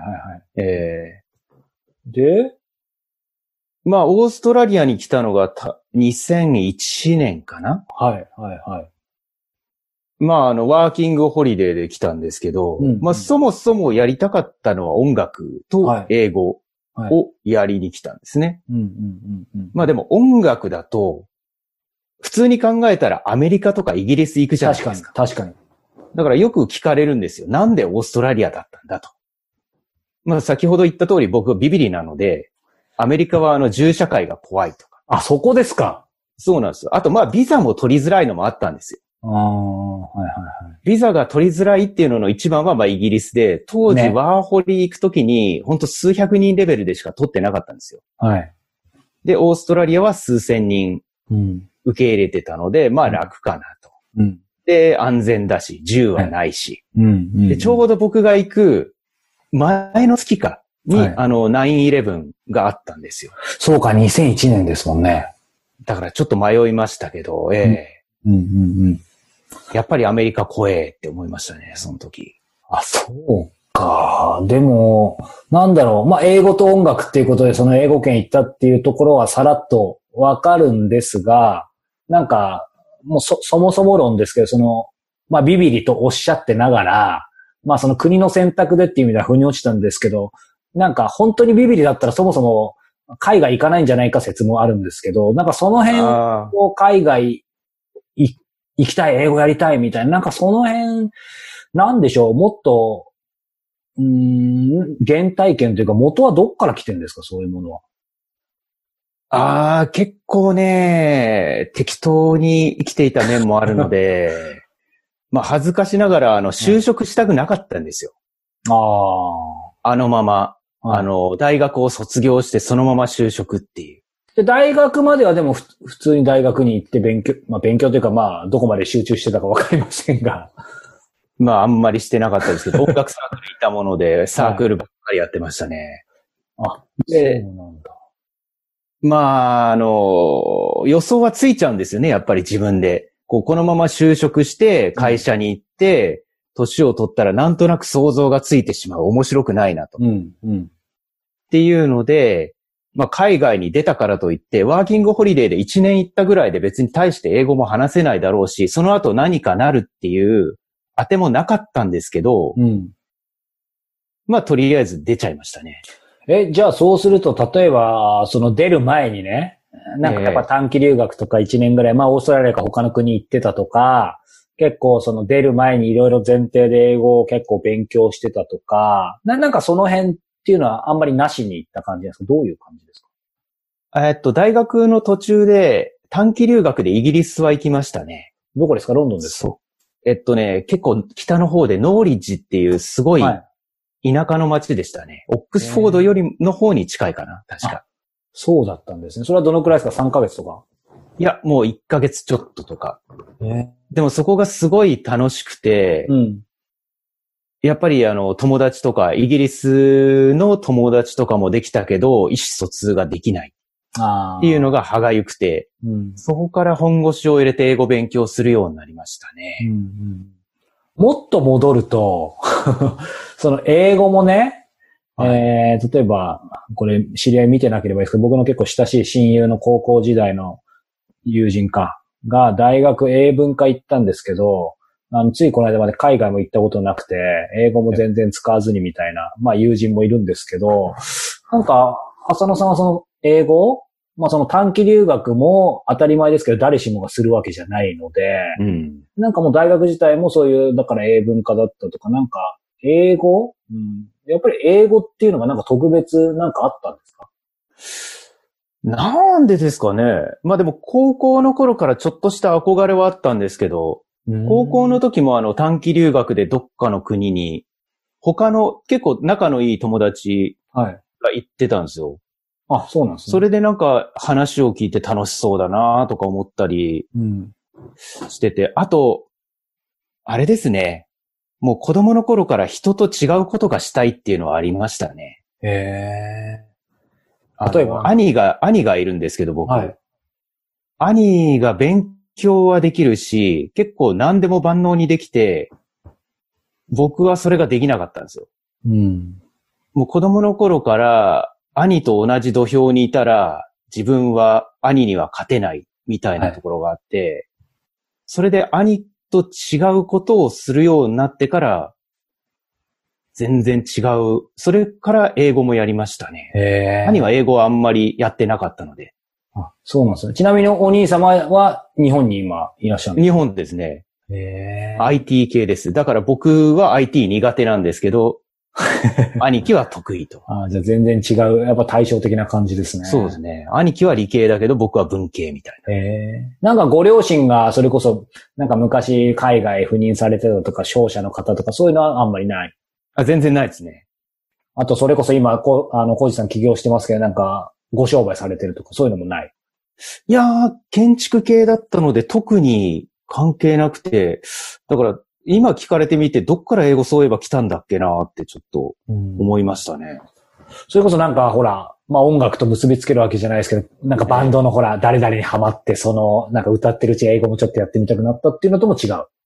で、 まあ、オーストラリアに来たのが2001年かな？ はい。 まあ、ワーキングホリデーで来たんですけど、まあ、そもそもやりたかったのは音楽と英語をやりに来たんですね。まあでも音楽だと、普通に考えたらアメリカとかイギリス行くじゃないですか。 確かに。 だからよく聞かれるんですよ。なんでオーストラリアだったんだと。まあ先ほど言った通り僕はビビリなので、アメリカは銃社会が怖いとか。 あ、そこですか。 そうなんですよ。あとまあビザも取りづらいのもあったんですよ。ビザが取りづらいっていうのの一番はまあイギリスで、当時ワーホリ行くときに本当数百人レベルでしか取ってなかったんですよ。 はい。 で、オーストラリアは数千人受け入れてたので、まあ楽かなと。で、安全だし、銃はないし。で、ちょうど僕が行く前の月かに、9/11があったんですよ。 そうか、2001年ですもんね。 だからちょっと迷いましたけど、やっぱりアメリカ怖えって思いましたね、その時。 あ、そうか。でも、なんだろう。まあ、英語と音楽っていうことで、その英語圏行ったっていうところはさらっとわかるんですが、なんか、もうそもそも論ですけど、まあ、ビビリとおっしゃってながら、まあ、その国の選択でっていう意味では腑に落ちたんですけど、なんか本当にビビリだったらそもそも海外行かないんじゃないか説もあるんですけど、なんかその辺を海外行きたい、英語やりたいみたいな、なんかその辺、なんでしょう、もっと、原体験というか元はどっから来てるんですか、そういうものは。結構ね、適当に生きていた面もあるので、まあ恥ずかしながら、就職したくなかったんですよ。あのまま、大学を卒業してそのまま就職っていう。 で、大学まではでも普通に大学に行って勉強というかまあ、どこまで集中してたかわかりませんが。 まあ、あんまりしてなかったですけど、音楽サークルいたもので、サークルばっかりやってましたね。 そうなんだ。 まあ、予想はついちゃうんですよね、やっぱり自分で。このまま就職して会社に行って、年を取ったらなんとなく想像がついてしまう。面白くないなと。っていうので、まあ、海外に出たからといって、ワーキングホリデーで1年行ったぐらいで別に大して英語も話せないだろうし、その後何かなるっていう当てもなかったんですけど、まあ、とりあえず出ちゃいましたね。 じゃあそうすると、例えば、その出る前にね、なんかやっぱ短期留学とか1年ぐらい、まあ、オーストラリアか他の国行ってたとか、結構その出る前にいろいろ前提で英語を結構勉強してたとか、なんかその辺っていうのはあんまりなしに行った感じですか？どういう感じですか？大学の途中で短期留学でイギリスは行きましたね。 どこですか？ロンドンですか？ そう。結構北の方でノーリッジっていうすごい田舎の町でしたね。オックスフォードよりの方に近いかな、確か。 そうだったんですね。それはどのくらいですか？ 3 ヶ月とか？ いや、もう1ヶ月ちょっととか。でもそこがすごい楽しくて、やっぱり友達とか、イギリスの友達とかもできたけど、意思疎通ができない。っていうのが歯がゆくて、そこから本腰を入れて英語勉強するようになりましたね。 もっと戻ると、その英語もね、例えば、これ知り合い見てなければいいですけど、僕の結構親しい親友の高校時代の友人が大学英文科行ったんですけど、ついこの間まで海外も行ったことなくて、英語も全然使わずにみたいな、まあ友人もいるんですけど、なんか、浅野さんはその英語、まあその短期留学も当たり前ですけど誰しもがするわけじゃないので、なんかもう大学自体もそういう、だから英文科だったとか、なんか英語、やっぱり英語っていうのがなんか特別なんかあったんですか？ なんでですかね。まあでも高校の頃からちょっとした憧れはあったんですけど、高校の時も短期留学でどっかの国に、他の結構仲のいい友達が行ってたんですよ。 あ、そうなんですね。 それでなんか話を聞いて楽しそうだなとか思ったりしてて、あと、あれですね。もう子供の頃から人と違うことがしたいっていうのはありましたね。 例えば、兄がいるんですけど、僕。兄が勉強はできるし、結構何でも万能にできて、僕はそれができなかったんですよ。もう子供の頃から兄と同じ土俵にいたら、自分は兄には勝てないみたいなところがあって、それで兄と違うことをするようになってから、全然違う。それから英語もやりましたね。兄は英語はあんまりやってなかったので。 あ、そうなんですね。ちなみにお兄様は日本に今いらっしゃるんですか？ 日本ですね。IT 系です。だから僕は IT 苦手なんですけど、兄貴は得意と。 じゃあ全然違う、やっぱ対照的な感じですね。 そうですね。兄貴は理系だけど僕は文系みたいな。なんかご両親がそれこそ、なんか昔海外赴任されてたとか、商社の方とかそういうのはあんまりない？ 全然ないですね。 あとそれこそ今、小路さん起業してますけど、なんかご商売されてるとかそういうのもない？ いやー、建築系だったので特に関係なくて、だから今聞かれてみてどっから英語そういえば来たんだっけなーってちょっと思いましたね。 それこそなんかほら、まあ音楽と結びつけるわけじゃないですけど、なんかバンドのほら、誰々にハマって、なんか歌ってるうちに英語もちょっとやってみたくなったっていうのとも違う？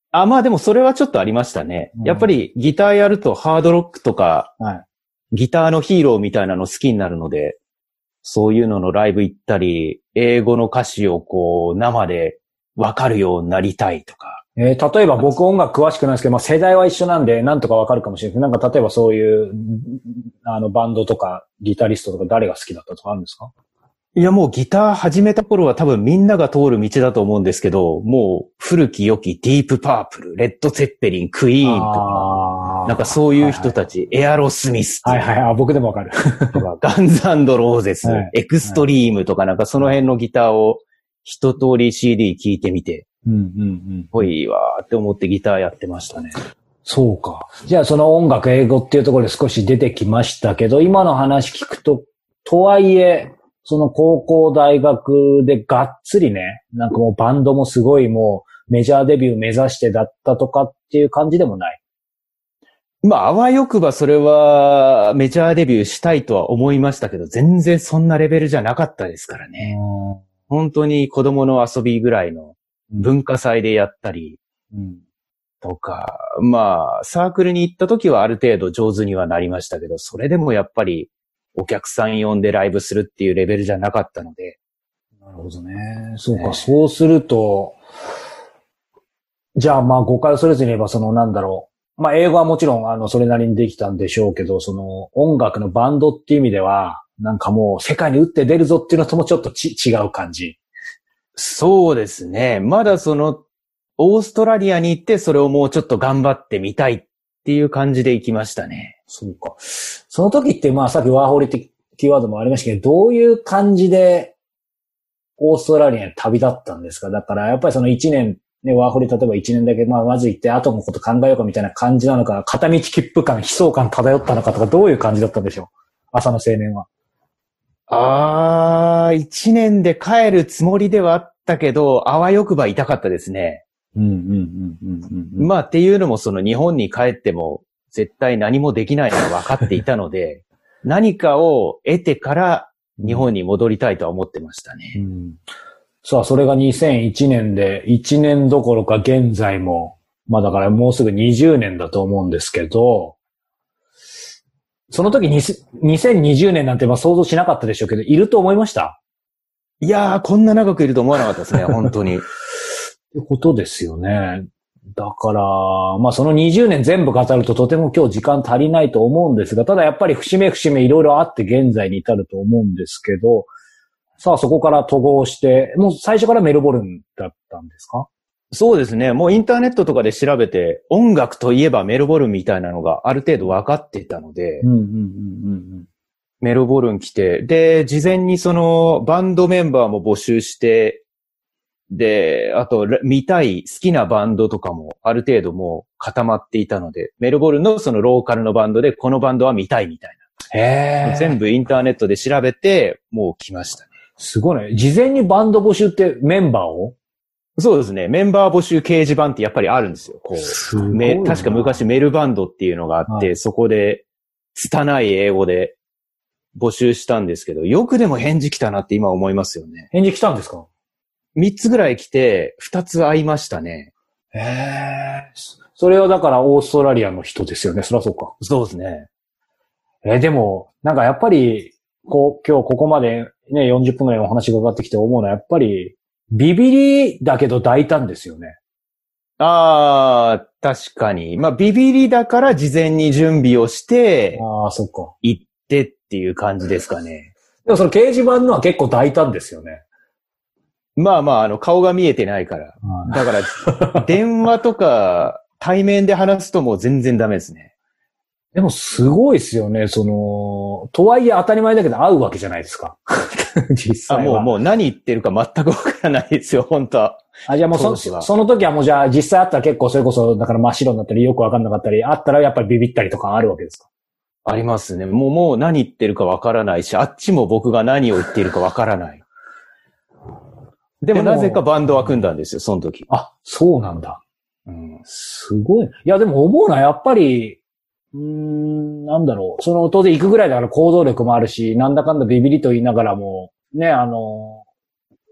まあでもそれはちょっとありましたね。やっぱりギターやるとハードロックとか、ギターのヒーローみたいなの好きになるので、そういうののライブ行ったり、英語の歌詞をこう生でわかるようになりたいとか。 例えば僕音楽詳しくないですけど、まあ世代は一緒なんでなんとかわかるかもしれないけど、なんか例えばそういう、バンドとかギタリストとか誰が好きだったとかあるんですか？ いやもうギター始めた頃は多分みんなが通る道だと思うんですけど、もう古き良きディープパープル、レッド・ゼッペリン、クイーンとか、なんかそういう人たち、エアロスミス。 僕でもわかる。 ガンズ&ローゼス、エクストリームとかなんかその辺のギターを一通り CD 聴いてみて、ぽいわーって思ってギターやってましたね。 そうか。じゃあその音楽、英語っていうところで少し出てきましたけど、今の話聞くと、とはいえ、その高校大学でがっつりね、なんかもうバンドもすごいもうメジャーデビュー目指してだったとかっていう感じでもない。 まあ、あわよくばそれはメジャーデビューしたいとは思いましたけど、全然そんなレベルじゃなかったですからね。本当に子供の遊びぐらいの文化祭でやったりとか、まあ、サークルに行った時はある程度上手にはなりましたけど、それでもやっぱりお客さん呼んでライブするっていうレベルじゃなかったので。 なるほどね。そうか、そうすると、じゃあまあ誤解をそれずに言えばなんだろう。まあ英語はもちろんそれなりにできたんでしょうけど、音楽のバンドっていう意味では、なんかもう世界に打って出るぞっていうのともちょっと違う感じ。 そうですね。まだオーストラリアに行ってそれをもうちょっと頑張ってみたいっていう感じで行きましたね。 そうか。その時ってまあさっきワーホリってキーワードもありましたけど、どういう感じでオーストラリアに旅立ったんですか？だからやっぱりその1年、ね、ワーホリ例えば1年だけまず行って後のこと考えようかみたいな感じなのか、片道切符感、悲壮感漂ったのかとか、どういう感じだったんでしょう？朝の青年は。 1年で帰るつもりではあったけど、あわよくば痛かったですね。まあっていうのも日本に帰っても絶対何もできないのは分かっていたので、何かを得てから日本に戻りたいとは思ってましたね。 さあ、それが2001年で、1年どころか現在も、まあだからもうすぐ20年だと思うんですけど、その時に2020年なんて想像しなかったでしょうけど、いると思いました？ いやー、こんな長くいると思わなかったですね、本当に。 ってことですよね。だから、まあその20年全部語るととても今日時間足りないと思うんですが、ただやっぱり節目節目いろいろあって現在に至ると思うんですけど、さあそこから渡航して、もう最初からメルボルンだったんですか？ そうですね。もうインターネットとかで調べて、音楽といえばメルボルンみたいなのがある程度分かっていたので、メルボルン来て、で、事前にバンドメンバーも募集して、で、あと、見たい好きなバンドとかもある程度もう固まっていたので、メルボルンのローカルのバンドでこのバンドは見たいみたいな。全部インターネットで調べて、もう来ましたね。 すごいね。事前にバンド募集ってメンバーを？ そうですね。メンバー募集掲示板ってやっぱりあるんですよ。確か昔メルバンドっていうのがあって、そこで拙い英語で募集したんですけど、よくでも返事来たなって今思いますよね。 返事来たんですか ？3つぐらい来て、2つ会いましたね。 それはだからオーストラリアの人ですよね。そりゃそうか。 そうですね。 でも、なんかやっぱり、今日ここまでね、40分ぐらいお話がかかってきて思うのは、やっぱり、ビビりだけど大胆ですよね。 確かに。まあ、ビビりだから事前に準備をして、 そっか。 行ってっていう感じですかね。 でもその掲示板のは結構大胆ですよね。 まあまあ、顔が見えてないから。だから、電話とか対面で話すともう全然ダメですね。 でもすごいですよね。とはいえ当たり前だけど会うわけじゃないですか。実際は。 もう何言ってるか全くわからないですよ、本当は。 じゃあもうその時はもうじゃあ実際会ったら結構それこそだから真っ白になったりよくわかんなかったり、会ったらやっぱりビビったりとかあるわけですか？ ありますね。もう何言ってるかわからないし、あっちも僕が何を言っているかわからない。でもなぜかバンドは組んだんですよ、その時。 そうなんだ。すごい。いやでも思うのはやっぱり、なんだろう。当然行くぐらいだから行動力もあるし、なんだかんだビビりと言いながらも、ね、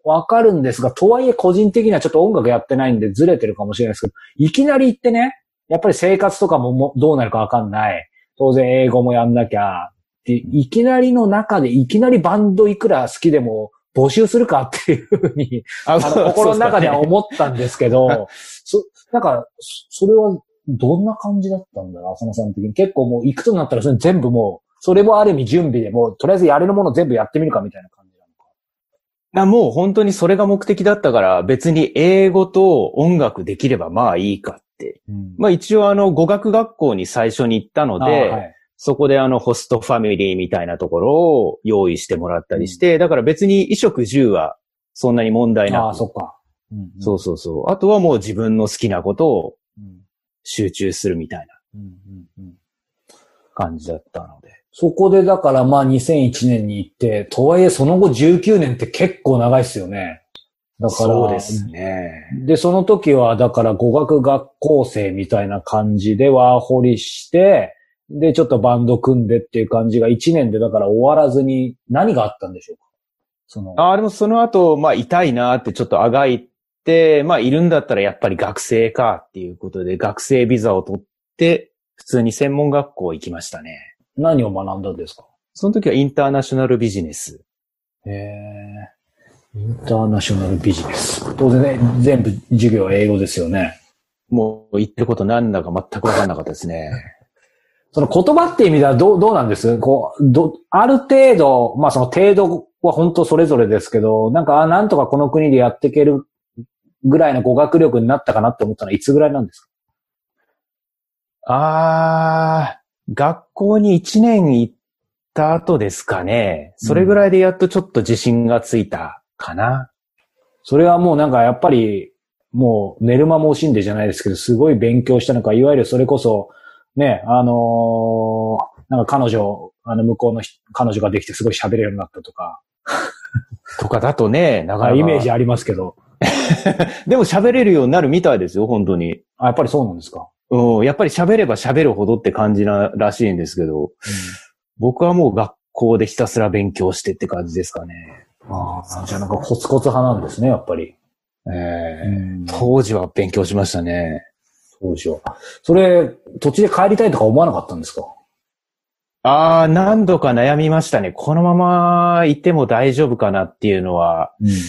わかるんですが、とはいえ個人的にはちょっと音楽やってないんでずれてるかもしれないですけど、いきなり行ってね、やっぱり生活とかもどうなるかわかんない。当然英語もやんなきゃ。で、いきなりの中でいきなりバンドいくら好きでも募集するかっていうふうに、心の中では思ったんですけど、なんか、それはどんな感じだったんだろう、浅野さん的に。結構もう行くとなったらそれ全部もう、それもある意味準備でもう、とりあえずやれるもの全部やってみるかみたいな感じなのか。 もう本当にそれが目的だったから、別に英語と音楽できればまあいいかって。まあ一応語学学校に最初に行ったので、そこでホストファミリーみたいなところを用意してもらったりして、だから別に衣食住はそんなに問題なく。 ああ、そっか。 そうそうそう。あとはもう自分の好きなことを集中するみたいな感じだったので。 そこでだからまあ2001年に行って、とはいえその後19年って結構長いっすよね。だから。 そうですね。 で、その時はだから語学学校生みたいな感じでワーホリして、で、ちょっとバンド組んでっていう感じが1年でだから終わらずに何があったんでしょうか？ でもその後、まあ痛いなってちょっとあがいて、まあいるんだったらやっぱり学生かっていうことで学生ビザを取って、普通に専門学校行きましたね。 何を学んだんですか？ その時はインターナショナルビジネス。 インターナショナルビジネス。当然ね、全部授業は英語ですよね。 もう言ってることなんだか全く分かんなかったですね。 その言葉って意味ではどうなんです？ある程度、まあその程度は本当それぞれですけど、なんとかこの国でやっていけるぐらいの語学力になったかなって思ったのはいつぐらいなんですか？ 学校に1年行った後ですかね。それぐらいでやっとちょっと自信がついたかな。 それはもうやっぱり、もう寝る間も惜しんでじゃないですけど、すごい勉強したのか、いわゆるそれこそ、ね、彼女、向こうの彼女ができてすごい喋れるようになったとか。 とかだとね、なかなか。 イメージありますけど。 でも喋れるようになるみたいですよ、本当に。 やっぱりそうなんですか。 やっぱり喋れば喋るほどって感じならしいんですけど、僕はもう学校でひたすら勉強してって感じですかね。 じゃあコツコツ派なんですね、やっぱり。 当時は勉強しましたね。 当時は。それ、土地で帰りたいとか思わなかったんですか？ 何度か悩みましたね。このままいても大丈夫かなっていうのは、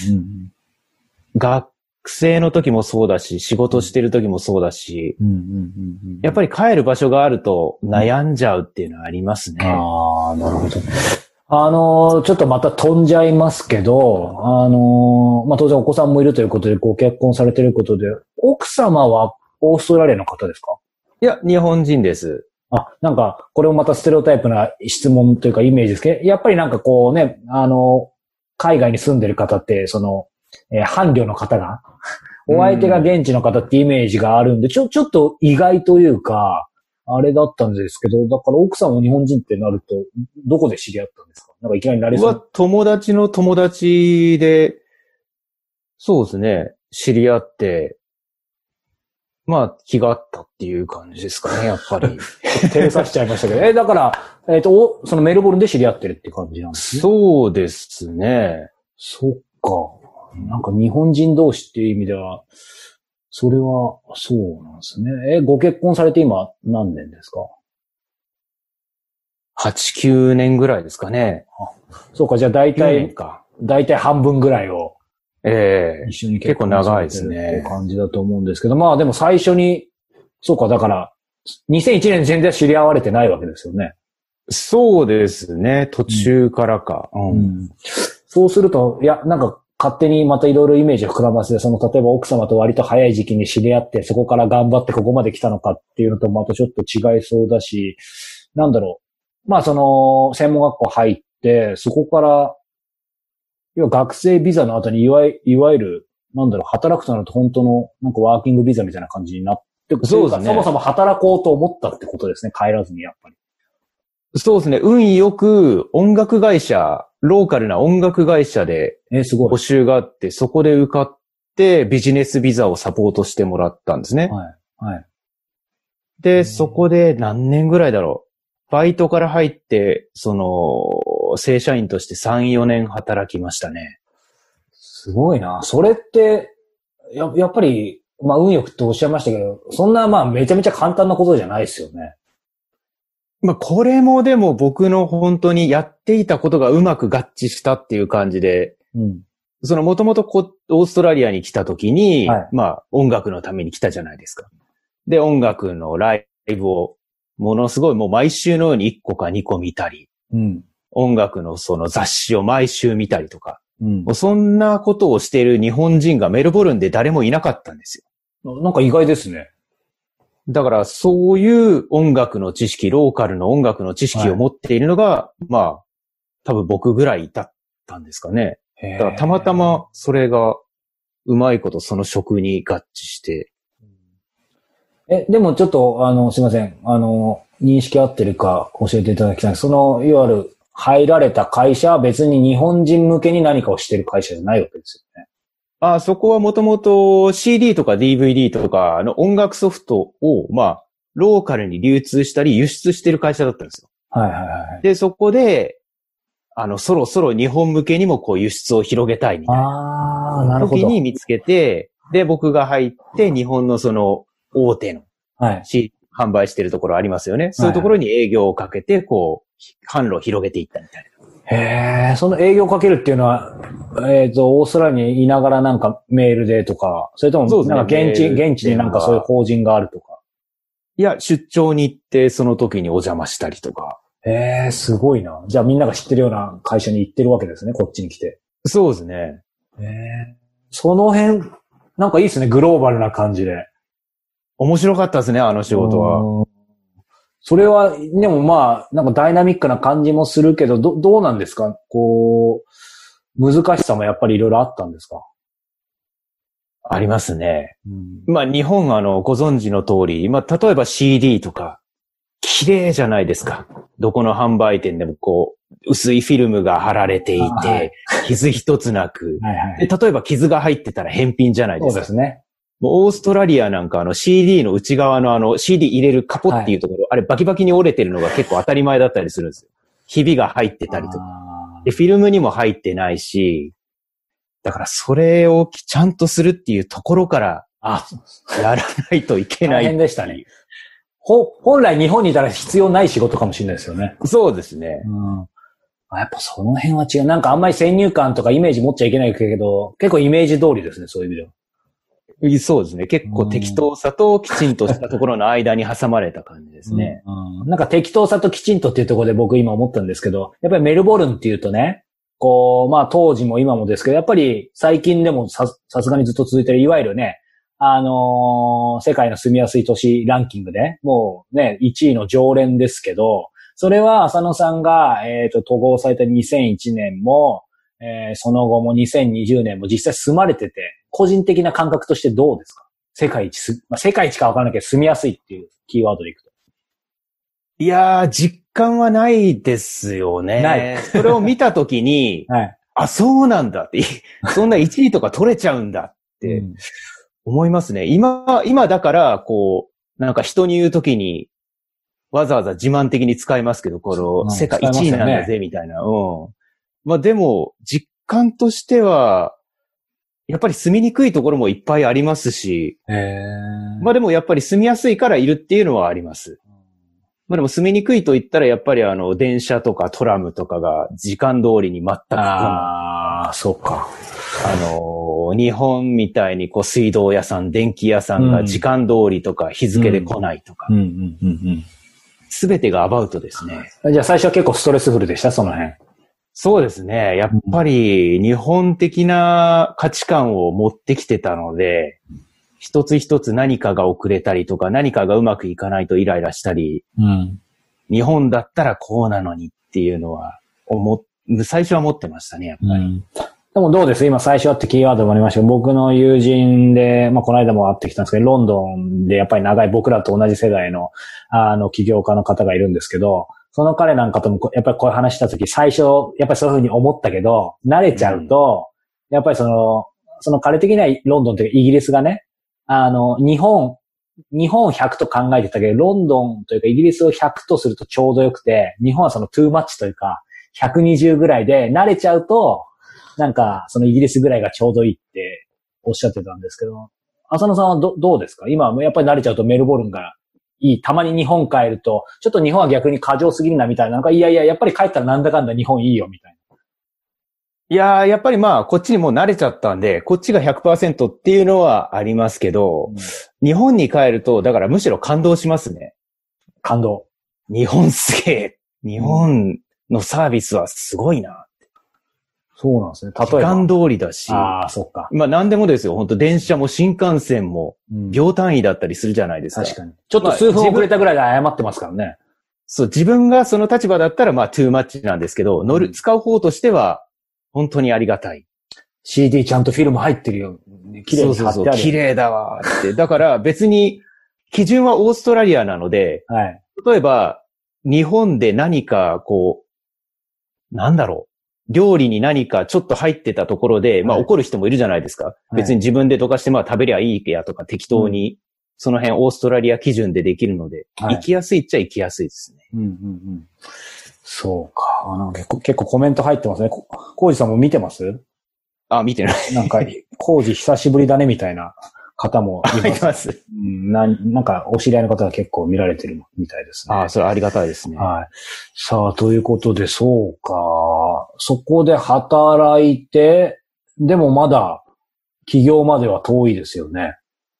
学生の時もそうだし、仕事してる時もそうだし、やっぱり帰る場所があると悩んじゃうっていうのはありますね。 なるほど。ちょっとまた飛んじゃいますけど、まあ、当然お子さんもいるということでご結婚されていることで、奥様はオーストラリアの方ですか？ いや、日本人です。 これもまたステレオタイプな質問というかイメージですけど、やっぱりこうね、海外に住んでる方って、伴侶の方が、お相手が現地の方ってイメージがあるんで、ちょっと意外というか、あれだったんですけど、だから奥さんも日本人ってなると、どこで知り合ったんですか？いきなりなれそう。 友達の友達で、そうですね、知り合って、まあ、気があったっていう感じですかね、やっぱり。 照れさせちゃいましたけど。だから、そのメルボルンで知り合ってるって感じなんですね。 そうですね。 そっか。日本人同士っていう意味では、それは、そうなんですね。ご結婚されて今何年ですか ？8、9年ぐらいですかね。 そうか、じゃあ大体半分ぐらいを。一緒に結構長いですね。っていう感じだと思うんですけど、まあでも最初に、そうか、だから、2001年全然知り合われてないわけですよね。 そうですね、途中からか。 そうすると、勝手にまたいろいろイメージを膨らませて、例えば奥様と割と早い時期に知り合って、そこから頑張ってここまで来たのかっていうのとまたちょっと違いそうだし、まあ専門学校入って、そこから、要は学生ビザの後にいわゆる、働くとなると本当の、ワーキングビザみたいな感じになって、そうですね。そもそも働こうと思ったってことですね。帰らずにやっぱり。 そうですね。運よく音楽会社、ローカルな音楽会社で募集があって、そこで受かってビジネスビザをサポートしてもらったんですね。で、そこで何年ぐらいだろう。バイトから入って、正社員として3、4年働きましたね。 すごいな。それって、やっぱり、まあ運よくっておっしゃいましたけど、そんなまあめちゃめちゃ簡単なことじゃないですよね。 まあこれもでも僕の本当にやっていたことがうまく合致したっていう感じで、うん、そのもともとオーストラリアに来た時に、はい、まあ音楽のために来たじゃないですか。で、音楽のライブをものすごいもう毎週のように1個か2個見たり、うん、音楽のその雑誌を毎週見たりとか、うん、そんなことをしている日本人がメルボルンで誰もいなかったんですよ。なんか意外ですね。 だからそういう音楽の知識、ローカルの音楽の知識を持っているのが、はい、まあ、多分僕ぐらいだったんですかね。だからたまたまそれがうまいことその職に合致して。 でもちょっと、すいません。認識合ってるか教えていただきたい。いわゆる入られた会社は別に日本人向けに何かをしている会社じゃないわけですよね。 そこはもともと CD とか DVD とかの音楽ソフトを、まあ、ローカルに流通したり輸出してる会社だったんですよ。 はいはいはい。 で、そこで、そろそろ日本向けにもこう輸出を広げたいみたいな時に見つけて、で、僕が入って日本のその大手の、はい。販売してるところありますよね。そういうところに営業をかけて、こう、販路を広げていったみたいな。へー、その営業をかけるっていうのは、オーストラリアにいながらなんかメールでとか、それともなんか現地でなんかそういう法人があるとか。 いや、出張に行ってその時にお邪魔したりとか。 へー、すごいな。じゃあみんなが知ってるような会社に行ってるわけですね、こっちに来て。 そうですね。 その辺、なんかいいですね、グローバルな感じで。 面白かったですね、あの仕事は。 それは、でもまあ、なんかダイナミックな感じもするけど、どうなんですか？こう、難しさもやっぱりいろいろあったんですか？ ありますね。まあ日本ご存知の通り、まあ例えば CD とか、綺麗じゃないですか。どこの販売店でもこう、薄いフィルムが貼られていて、はい、傷一つなく、はいはい、で、例えば傷が入ってたら返品じゃないですか。 そうですね。 もうオーストラリアなんかCD の内側のCD 入れるカポっていうところ、はい、あれバキバキに折れてるのが結構当たり前だったりするんですよ。ひびが入ってたりとか。で、フィルムにも入ってないし、だからそれをちゃんとするっていうところから、やらないといけない。 大変でしたね。本来日本にいたら必要ない仕事かもしれないですよね。 そうですね。 やっぱその辺は違う。なんかあんまり先入観とかイメージ持っちゃいけないけど、結構イメージ通りですね、そういう意味では。 そうですね。結構適当さときちんとしたところの間に挟まれた感じですね。 なんか適当さときちんとっていうところで僕今思ったんですけど、やっぱりメルボルンっていうとね、こう、まあ当時も今もですけど、やっぱり最近でもさすがにずっと続いてる、いわゆるね、世界の住みやすい都市ランキングで、もうね、1位の常連ですけど、それは浅野さんが、統合された2001年も、その後も2020年も実際住まれてて、個人的な感覚としてどうですか？世界一世界一かわからないけど住みやすいっていうキーワードでいくと。 いやー、実感はないですよね。ない。それを見たときに、はい、そうなんだって、そんな1位とか取れちゃうんだって思いますね。今だから、こう、なんか人に言うときに、わざわざ自慢的に使いますけど、この世界1位なんだぜ、みたいな。まあでも、実感としては、やっぱり住みにくいところもいっぱいありますし、まあでもやっぱり住みやすいからいるっていうのはあります。まあでも住みにくいと言ったらやっぱり電車とかトラムとかが時間通りに全く来ない。 そうか。 日本みたいにこう水道屋さん、電気屋さんが時間通りとか日付で来ないとか。すべてがアバウトですね。 じゃあ最初は結構ストレスフルでした、その辺。 そうですね。やっぱり日本的な価値観を持ってきてたので、一つ一つ何かが遅れたりとか何かがうまくいかないとイライラしたり、日本だったらこうなのにっていうのは最初は思ってましたね、やっぱり。 でもどうです？今最初はってキーワードもありましたけど、僕の友人で、まあこの間も会ってきたんですけど、ロンドンでやっぱり長い僕らと同じ世代の、起業家の方がいるんですけど、その彼なんかともやっぱりこういう話したとき、最初、やっぱりそういうふうに思ったけど、慣れちゃうと、やっぱりその彼的にはロンドンというかイギリスがね、日本100と考えてたけど、ロンドンというかイギリスを100とするとちょうどよくて、日本はそのトゥーマッチというか、120ぐらいで慣れちゃうと、 なんか、そのイギリスぐらいがちょうどいいっておっしゃってたんですけど、浅野さんはどうですか？今、やっぱり慣れちゃうとメルボルンがいい。たまに日本帰ると、ちょっと日本は逆に過剰すぎるなみたいな。なんか、いやいや、やっぱり帰ったらなんだかんだ日本いいよみたいな。 いやー、やっぱりまあ、こっちにもう慣れちゃったんで、こっちが 100% っていうのはありますけど、日本に帰ると、だからむしろ感動しますね。 感動。 日本すげえ。日本のサービスはすごいな。 そうなんですね。例えば。 時間通りだし。 ああ、そっか。 まあ何でもですよ。本当電車も新幹線も秒単位だったりするじゃないですか。 確かに。ちょっと数分遅れたぐらいで謝ってますからね。 そう、自分がその立場だったらまあトゥーマッチなんですけど、使う方としては本当にありがたい。 CD ちゃんとフィルム入ってるよ。綺麗に貼ってある。そう綺麗だわって。だから別に基準はオーストラリアなので、 はい、 例えば日本で何かこう、なんだろう。料理に何かちょっと入ってたところで、まあ怒る人もいるじゃないですか。はい、別に自分で溶かしてまあ食べりゃいいやとか適当に、その辺オーストラリア基準でできるので、はい、行きやすいっちゃ行きやすいですね。 うんうんうん、そうか。なんか結構コメント入ってますね。コウジさんも見てます？ あ、見てない。 なんか、コウジ久しぶりだねみたいな方もいます。なんかお知り合いの方が結構見られてるみたいですね。 ああ、それありがたいですね。 はい。さあ、ということで、そうか。そこで働いて、でもまだ起業までは遠いですよね。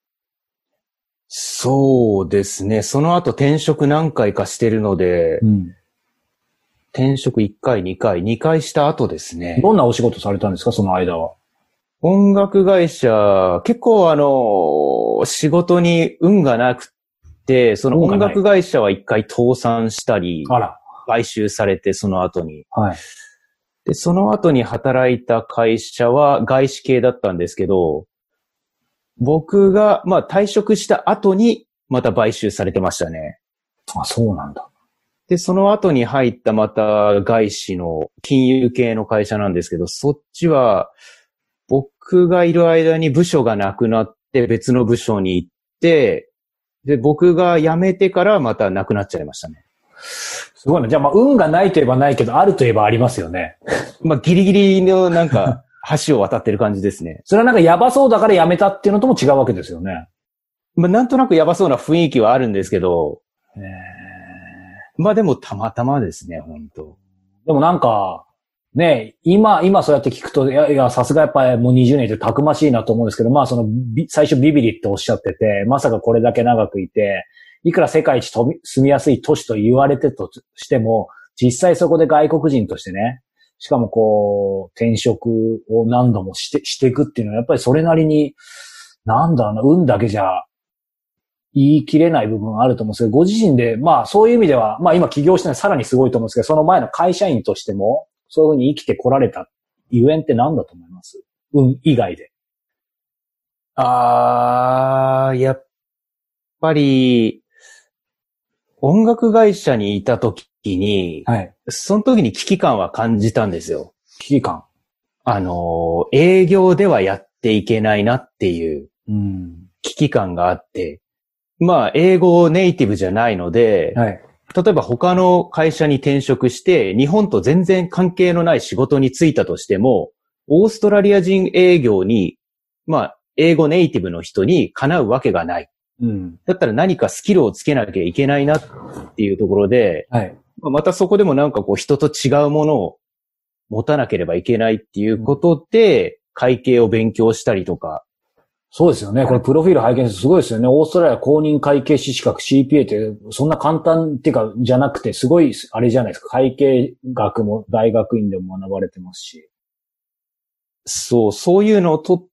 そうですね。その後転職何回かしてるので、転職1回、2回した後ですね。 どんなお仕事されたんですか、その間は。 音楽会社、結構仕事に運がなくて、その音楽会社は1回倒産したり、買収されてその後に。 はい。 で、その後に働いた会社は外資系だったんですけど、僕が、まあ退職した後にまた買収されてましたね。 あ、そうなんだ。 で、その後に入ったまた外資の金融系の会社なんですけど、そっちは僕がいる間に部署がなくなって別の部署に行って、で、僕が辞めてからまたなくなっちゃいましたね。 すごいな。じゃあまあ運がないといえばないけど、あるといえばありますよね。 まあギリギリのなんか橋を渡ってる感じですね。 それはなんかやばそうだから辞めたっていうのとも違うわけですよね。 まあなんとなくやばそうな雰囲気はあるんですけど、まあでもたまたまですね、本当。 でもなんか、ね、今そうやって聞くと、いや、さすがやっぱりもう20年ってたくましいなと思うんですけど、まあ最初ビビリっておっしゃってて、まさかこれだけ長くいて、いくら世界一住みやすい都市と言われてとしても、実際そこで外国人としてね、しかもこう、転職を何度もしていくっていうのは、やっぱりそれなりに、なんだろうな、運だけじゃ、言い切れない部分あると思うんですけど、ご自身で、まあそういう意味では、まあ今起業してさらにすごいと思うんですけど、その前の会社員としても、そういうふうに生きてこられたゆえんって何だと思います？運以外で。 やっぱり、音楽会社にいた時に、はい、その時に危機感は感じたんですよ。 危機感？ 営業ではやっていけないなっていう危機感があって、まあ、英語ネイティブじゃないので、はい、例えば他の会社に転職して、日本と全然関係のない仕事に就いたとしても、オーストラリア人営業に、まあ、英語ネイティブの人にかなうわけがない。だったら何かスキルをつけなきゃいけないなっていうところで、はい、またそこでもなんかこう人と違うものを持たなければいけないっていうことで、会計を勉強したりとか、 そうですよね。これプロフィール拝見するとすごいですよね。オーストラリア公認会計士資格 CPA ってそんな簡単っていうかじゃなくてすごいあれじゃないですか。会計学も大学院でも学ばれてますし。 そういうのを取って、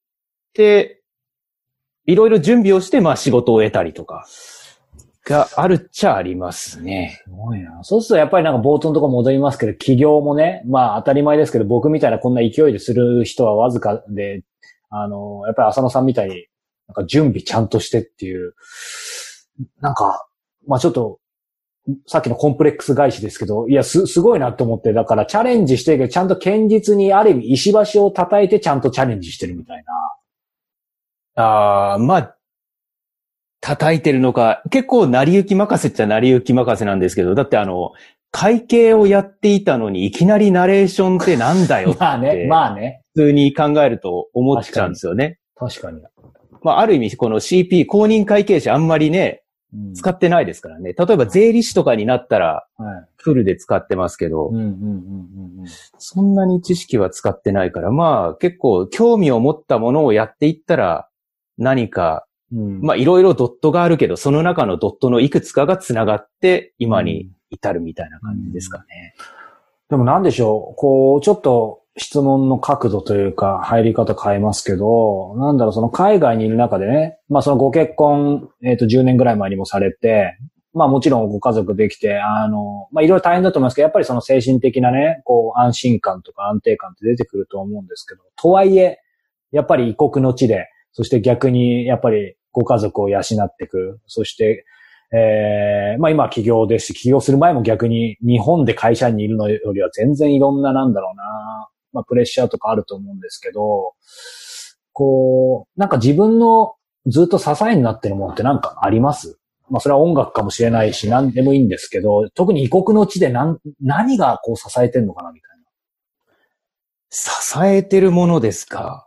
いろいろ準備をしてまあ仕事を得たりとかがあるっちゃありますね。 すごいな。そうするとやっぱりなんか冒頭のところ戻りますけど、起業もね、まあ当たり前ですけど僕みたいなこんな勢いでする人はわずかで、やっぱり浅野さんみたいに、なんか準備ちゃんとしてっていう、なんか、まあちょっと、さっきのコンプレックス返しですけど、いや、すごいなと思って、だからチャレンジしてるけど、ちゃんと堅実にある意味石橋を叩いてちゃんとチャレンジしてるみたいな。まあ、叩いてるのか、結構成り行き任せっちゃ成り行き任せなんですけど、だって会計をやっていたのにいきなりナレーションってなんだよって。 まあね。 普通に考えると思っちゃうんですよね。 確かに。 まあ、ある意味、この CP、公認会計士あんまりね、使ってないですからね。例えば税理士とかになったら、フルで使ってますけど、そんなに知識は使ってないから、まあ結構興味を持ったものをやっていったら、何か、まあいろいろドットがあるけど、その中のドットのいくつかがつながって今に至るみたいな感じですかね。 でもなんでしょう、こう、ちょっと質問の角度というか入り方変えますけど、なんだろう、その海外にいる中でね、まあそのご結婚、10年ぐらい前にもされて、まあもちろんご家族できて、まあいろいろ大変だと思いますけど、やっぱりその精神的なね、こう安心感とか安定感って出てくると思うんですけど、とはいえ、やっぱり異国の地で、そして逆にやっぱりご家族を養っていく、そして、まあ今は起業ですし、起業する前も逆に日本で会社にいるのよりは全然いろんななんだろうな、まあプレッシャーとかあると思うんですけど、こう、なんか自分のずっと支えになってるものってなんかあります？まあそれは音楽かもしれないし何でもいいんですけど、特に異国の地で何がこう支えてるのかなみたいな。 支えてるものですか。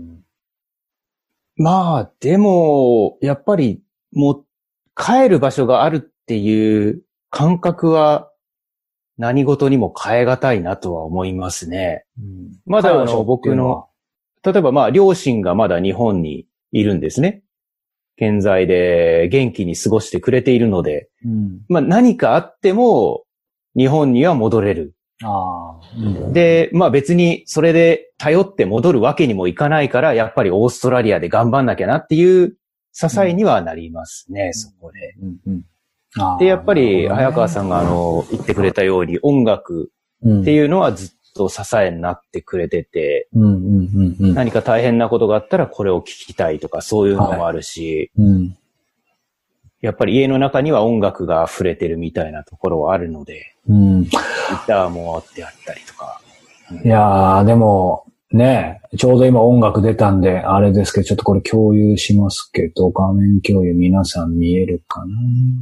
まあでも、やっぱりもう帰る場所があるっていう感覚は何事にも変え難いなとは思いますね。まだ僕の、例えばまあ両親がまだ日本にいるんですね。現在で元気に過ごしてくれているので、まあ何かあっても日本には戻れる。で、まあ別にそれで頼って戻るわけにもいかないから、やっぱりオーストラリアで頑張んなきゃなっていう支えにはなりますね、そこで。で、やっぱり早川さんが言ってくれたように音楽っていうのはずっと支えになってくれてて、何か大変なことがあったらこれを聞きたいとかそういうのもあるし、やっぱり家の中には音楽が溢れてるみたいなところはあるので、ギターもあってあったりとか。 いやー、でも、ね、ちょうど今音楽出たんで、あれですけど、ちょっとこれ共有しますけど、画面共有皆さん見えるかな？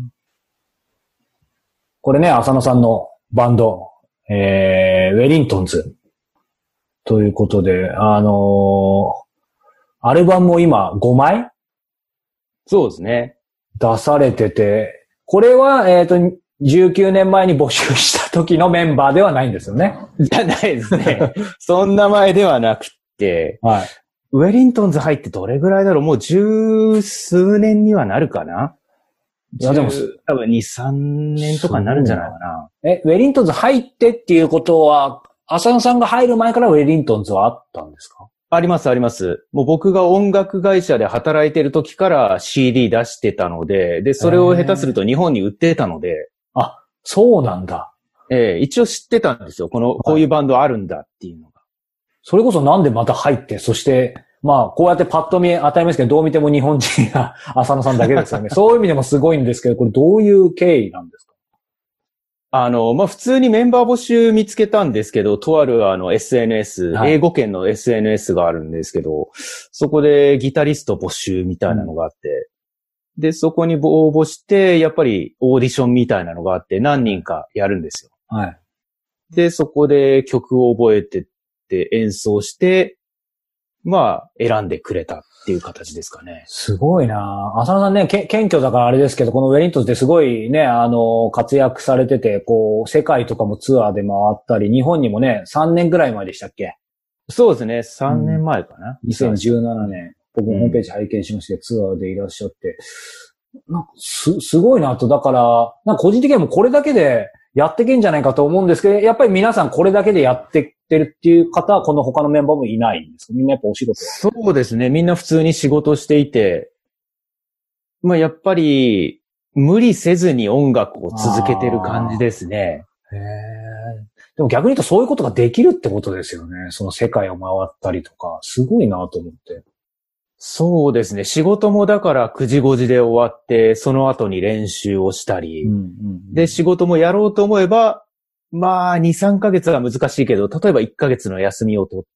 これね、浅野さんのバンド、ウェリントンズ。ということで、アルバムも今5枚？ そうですね。 出されてて、これは、19年前に募集した時のメンバーではないんですよね。 じゃないですね。そんな前ではなくて、ウェリントンズ入ってどれぐらいだろう？もう十数年にはなるかな？いやでも多分2、3年とかになるんじゃないかな。 ウェリントンズ入ってっていうことは、浅野さんが入る前からウェリントンズはあったんですか？ あります、あります。もう僕が音楽会社で働いてる時から CD 出してたので、で、それを下手すると日本に売ってたので。 あ、そうなんだ。 一応知ってたんですよ。こういうバンドあるんだっていうのが。 それこそなんでまた入って、そして、まあ、こうやってパッと見当たりますけど、どう見ても日本人が浅野さんだけですよね。そういう意味でもすごいんですけど、これどういう経緯なんですか？ まあ、普通にメンバー募集見つけたんですけど、とあるSNS、英語圏の SNS があるんですけど、そこでギタリスト募集みたいなのがあって、で、そこに応募して、やっぱりオーディションみたいなのがあって、何人かやるんですよ。で、そこで曲を覚えてって演奏して、まあ、選んでくれたっていう形ですかね。 すごいなぁ。浅野さんね、謙虚だからあれですけど、このウェリントンズってすごいね、活躍されてて、こう、世界とかもツアーで回ったり、日本にもね、3年ぐらい前でしたっけ？ そうですね、3年前かな。 2017年。僕もホームページ拝見しまして、ツアーでいらっしゃって、なんかすごいなと。だから、なんか個人的にはもうこれだけでやってけんじゃないかと思うんですけど、やっぱり皆さんこれだけでやってってるっていう方はこの他のメンバーもいないんですか？みんなやっぱお仕事は。 そうですね。みんな普通に仕事していて、まあやっぱり無理せずに音楽を続けてる感じですね。 でも逆に言うとそういうことができるってことですよね。その世界を回ったりとか。すごいなと思って。 そうですね。仕事もだから9時5時で終わって、その後に練習をしたり、で、仕事もやろうと思えば、まあ、2、3ヶ月は難しいけど、例えば1ヶ月の休みを取って、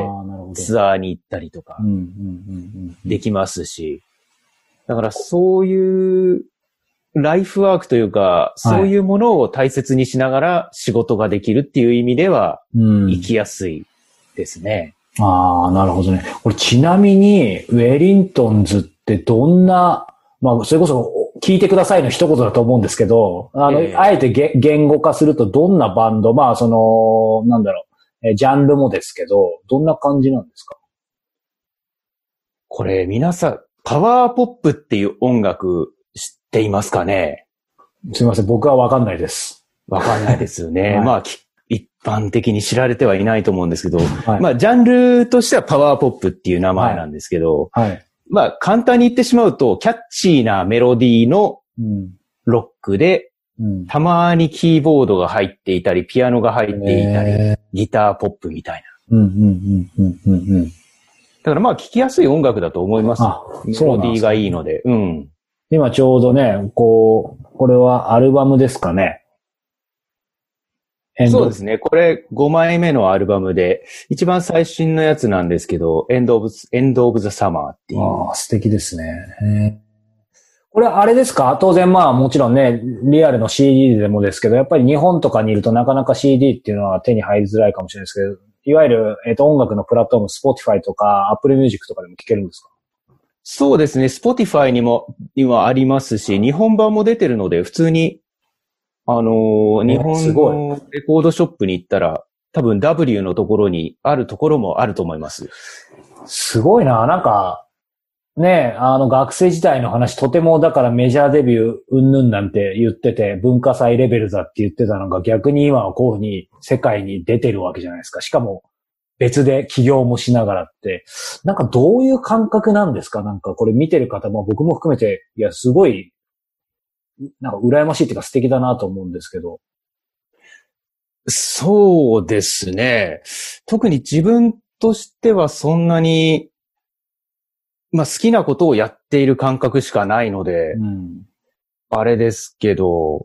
ツアーに行ったりとか、できますし。だからそういうライフワークというか、そういうものを大切にしながら仕事ができるっていう意味では、生きやすいですね。 ああ、なるほどね。これちなみに、ウェリントンズってどんな、まあ、それこそ聞いてくださいの一言だと思うんですけど、あえて言語化するとどんなバンド、まあ、なんだろう、ジャンルもですけど、どんな感じなんですか？ これ皆さん、パワーポップっていう音楽知っていますかね？ すみません、僕はわかんないです。 わかんないですよね。はい、まあ、一般的に知られてはいないと思うんですけど、 はい、 まあ、ジャンルとしてはパワーポップっていう名前なんですけど、 はいはい、 まあ、簡単に言ってしまうと、キャッチーなメロディーのロックで、たまにキーボードが入っていたり、ピアノが入っていたり、ギターポップみたいな。だからまあ、聴きやすい音楽だと思います。メロディーがいいので。 今ちょうどね、これはアルバムですかね。 そうですね。これ5枚目のアルバムで、一番最新のやつなんですけど、End of the Summer っていう。 ああ、素敵ですね。これあれですか？当然まあもちろんね、リアルの CD でもですけど、やっぱり日本とかにいるとなかなか CD っていうのは手に入りづらいかもしれないですけど、いわゆる、音楽のプラットフォーム、Spotify とか Apple Music とかでも聴けるんですか？ そうですね。Spotify にも今ありますし、日本版も出てるので、普通に日本のレコードショップに行ったら、多分 W のところにあるところもあると思います。 すごいな。なんか、ね、学生時代の話、とてもだからメジャーデビューうんぬんなんて言ってて、文化祭レベルだって言ってたのが逆に今はこういうふうに世界に出てるわけじゃないですか。しかも別で起業もしながらって、なんかどういう感覚なんですか？なんかこれ見てる方も僕も含めて、いや、すごい、なんか羨ましいっていうか素敵だなと思うんですけど。 そうですね。特に自分としてはそんなに、まあ好きなことをやっている感覚しかないので、あれですけど、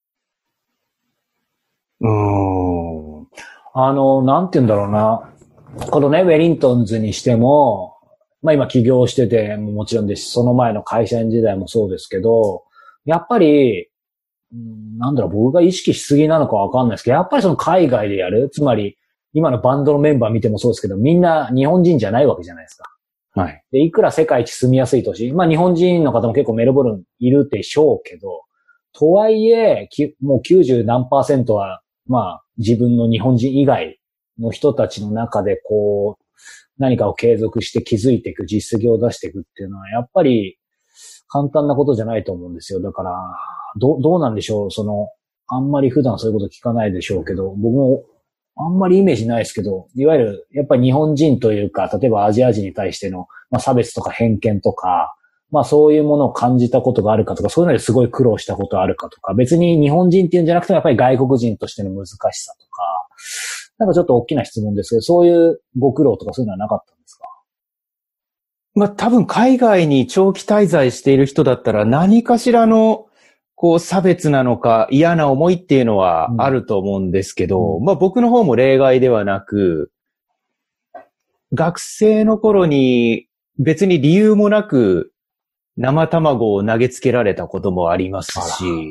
なんて言うんだろうな。このね、ウェリントンズにしても、まあ今起業しててもちろんですし、その前の会社員時代もそうですけど、やっぱり、なんだろう、僕が意識しすぎなのかわかんないですけど、やっぱりその海外でやる、つまり今のバンドのメンバー見てもそうですけど、みんな日本人じゃないわけじゃないですか。 はい。 で、いくら世界一住みやすい都市、まあ日本人の方も結構メルボルンいるでしょうけど、とはいえ、もう90何%は、まあ自分の日本人以外の人たちの中でこう、何かを継続して築いていく、実績を出していくっていうのは、やっぱり簡単なことじゃないと思うんですよ。だから、どうなんでしょう？あんまり普段そういうこと聞かないでしょうけど、僕もあんまりイメージないですけど、いわゆる、やっぱり日本人というか、例えばアジア人に対しての、まあ、差別とか偏見とか、まあそういうものを感じたことがあるかとか、そういうのですごい苦労したことあるかとか、別に日本人っていうんじゃなくてもやっぱり外国人としての難しさとか、なんかちょっと大きな質問ですけど、そういうご苦労とかそういうのはなかったんですか？ まあ多分海外に長期滞在している人だったら何かしらのこう差別なのか嫌な思いっていうのはあると思うんですけど、まあ僕の方も例外ではなく、学生の頃に別に理由もなく生卵を投げつけられたこともありますし、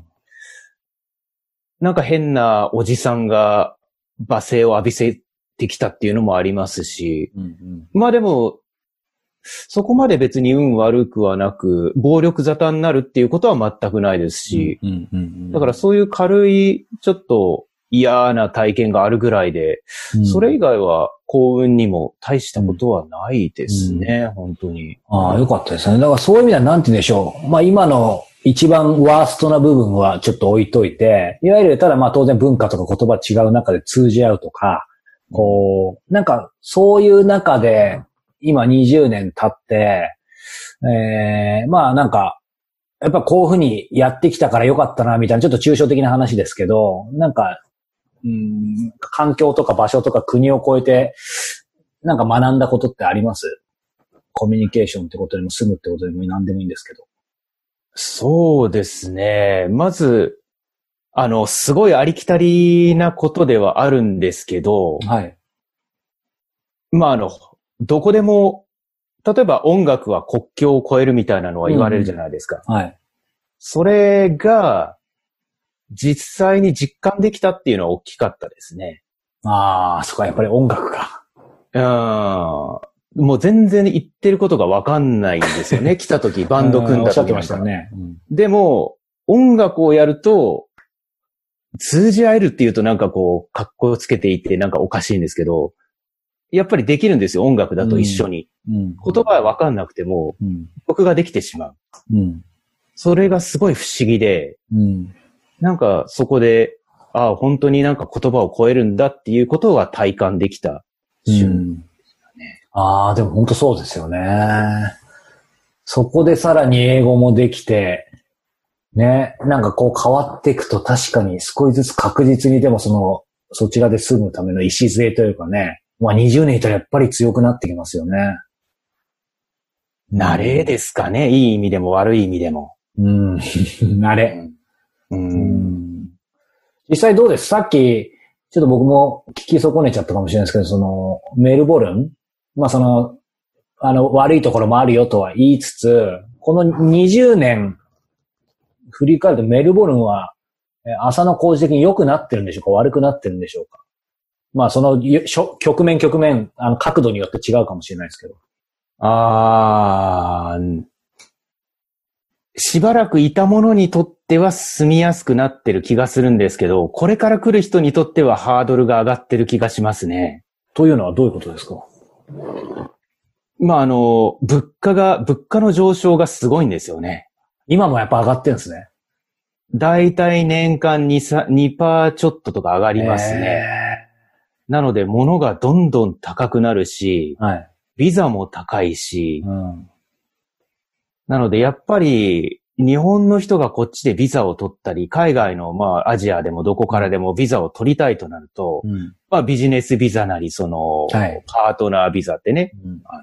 なんか変なおじさんが罵声を浴びせてきたっていうのもありますし、まあでも、そこまで別に運悪くはなく、暴力沙汰になるっていうことは全くないですし、だからそういう軽い、ちょっと嫌な体験があるぐらいで、それ以外は幸運にも大したことはないですね、本当に。 ああ、よかったですね。だからそういう意味ではなんて言うんでしょう。まあ今の一番ワーストな部分はちょっと置いといて、いわゆるただまあ当然文化とか言葉違う中で通じ合うとか、こう、なんかそういう中で、今20年経って、まあなんか、やっぱこういうふうにやってきたからよかったな、みたいな、ちょっと抽象的な話ですけど、なんか、環境とか場所とか国を超えて、なんか学んだことってあります？コミュニケーションってことでも住むってことでも何でもいいんですけど。 そうですね。まず、すごいありきたりなことではあるんですけど、 はい。 まあどこでも、例えば音楽は国境を越えるみたいなのは言われるじゃないですか。 はい。 それが、実際に実感できたっていうのは大きかったですね。 ああ、そこはやっぱり音楽か。 もう全然言ってることがわかんないんですよね。来た時、バンド組んだ時。 おっしゃってましたね。 でも、音楽をやると、通じ合えるっていうとなんかこう、格好つけていてなんかおかしいんですけど、やっぱりできるんですよ、音楽だと一緒に。言葉はわかんなくても、僕ができてしまう。それがすごい不思議で、なんかそこで、本当になんか言葉を超えるんだっていうことが体感できた瞬間でしたね。 でも本当そうですよね。そこでさらに英語もできて、ね、なんかこう変わっていくと確かに少しずつ確実にでもそちらで住むための礎というかね、20年いたらやっぱり強くなってきますよね。 慣れですかね、いい意味でも悪い意味でも。 慣れ。実際どうです？さっき、ちょっと僕も聞き損ねちゃったかもしれないですけど、メルボルン悪いところもあるよとは言いつつ、この20年振り返るとメルボルンは浅野工事的に良くなってるんでしょうか？悪くなってるんでしょうか？局面、角度によって違うかもしれないですけど。 しばらくいたものにとっては住みやすくなってる気がするんですけど、これから来る人にとってはハードルが上がってる気がしますね。 というのはどういうことですか？ 物価の上昇がすごいんですよね。 今もやっぱ上がってるんですね。 だいたい年間 2% ちょっととか上がりますね。なので物がどんどん高くなるし、ビザも高いし、なのでやっぱり日本の人がこっちでビザを取ったり、海外のアジアでもどこからでもビザを取りたいとなると、ビジネスビザなりパートナービザってね、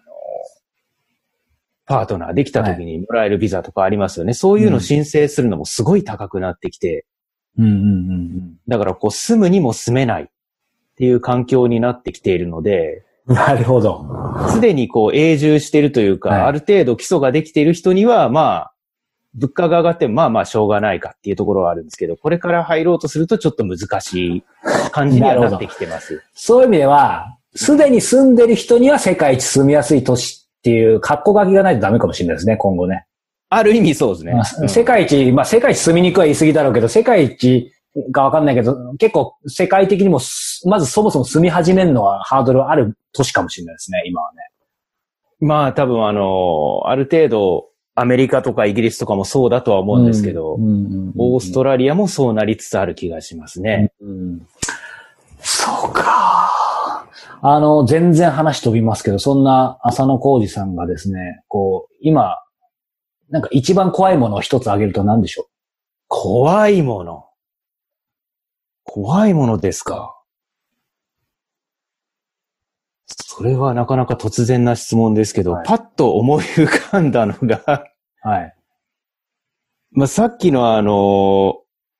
パートナーできた時にもらえるビザとかありますよね。そういうのを申請するのもすごい高くなってきて、だから住むにも住めないっていう環境になってきているので、 なるほど。 すでに永住しているというか、ある程度基礎ができている人には、物価が上がってもしょうがないかっていうところはあるんですけど、これから入ろうとするとちょっと難しい感じにはなってきてます。 そういう意味では、すでに住んでる人には世界一住みやすい都市っていう格好書きがないとダメかもしれないですね、今後ね。 ある意味そうですね。 世界一住みにくいは言い過ぎだろうけど、世界一かわかんないけど、結構世界的にも、まずそもそも住み始めるのはハードルある都市かもしれないですね、今はね。 多分ある程度、アメリカとかイギリスとかもそうだとは思うんですけど、オーストラリアもそうなりつつある気がしますね。 そうか。全然話飛びますけど、そんな浅野浩二さんがですね、今、なんか一番怖いものを一つ挙げると何でしょう？ 怖いものですか。それはなかなか突然な質問ですけど、パッと思い浮かんだのがさっきの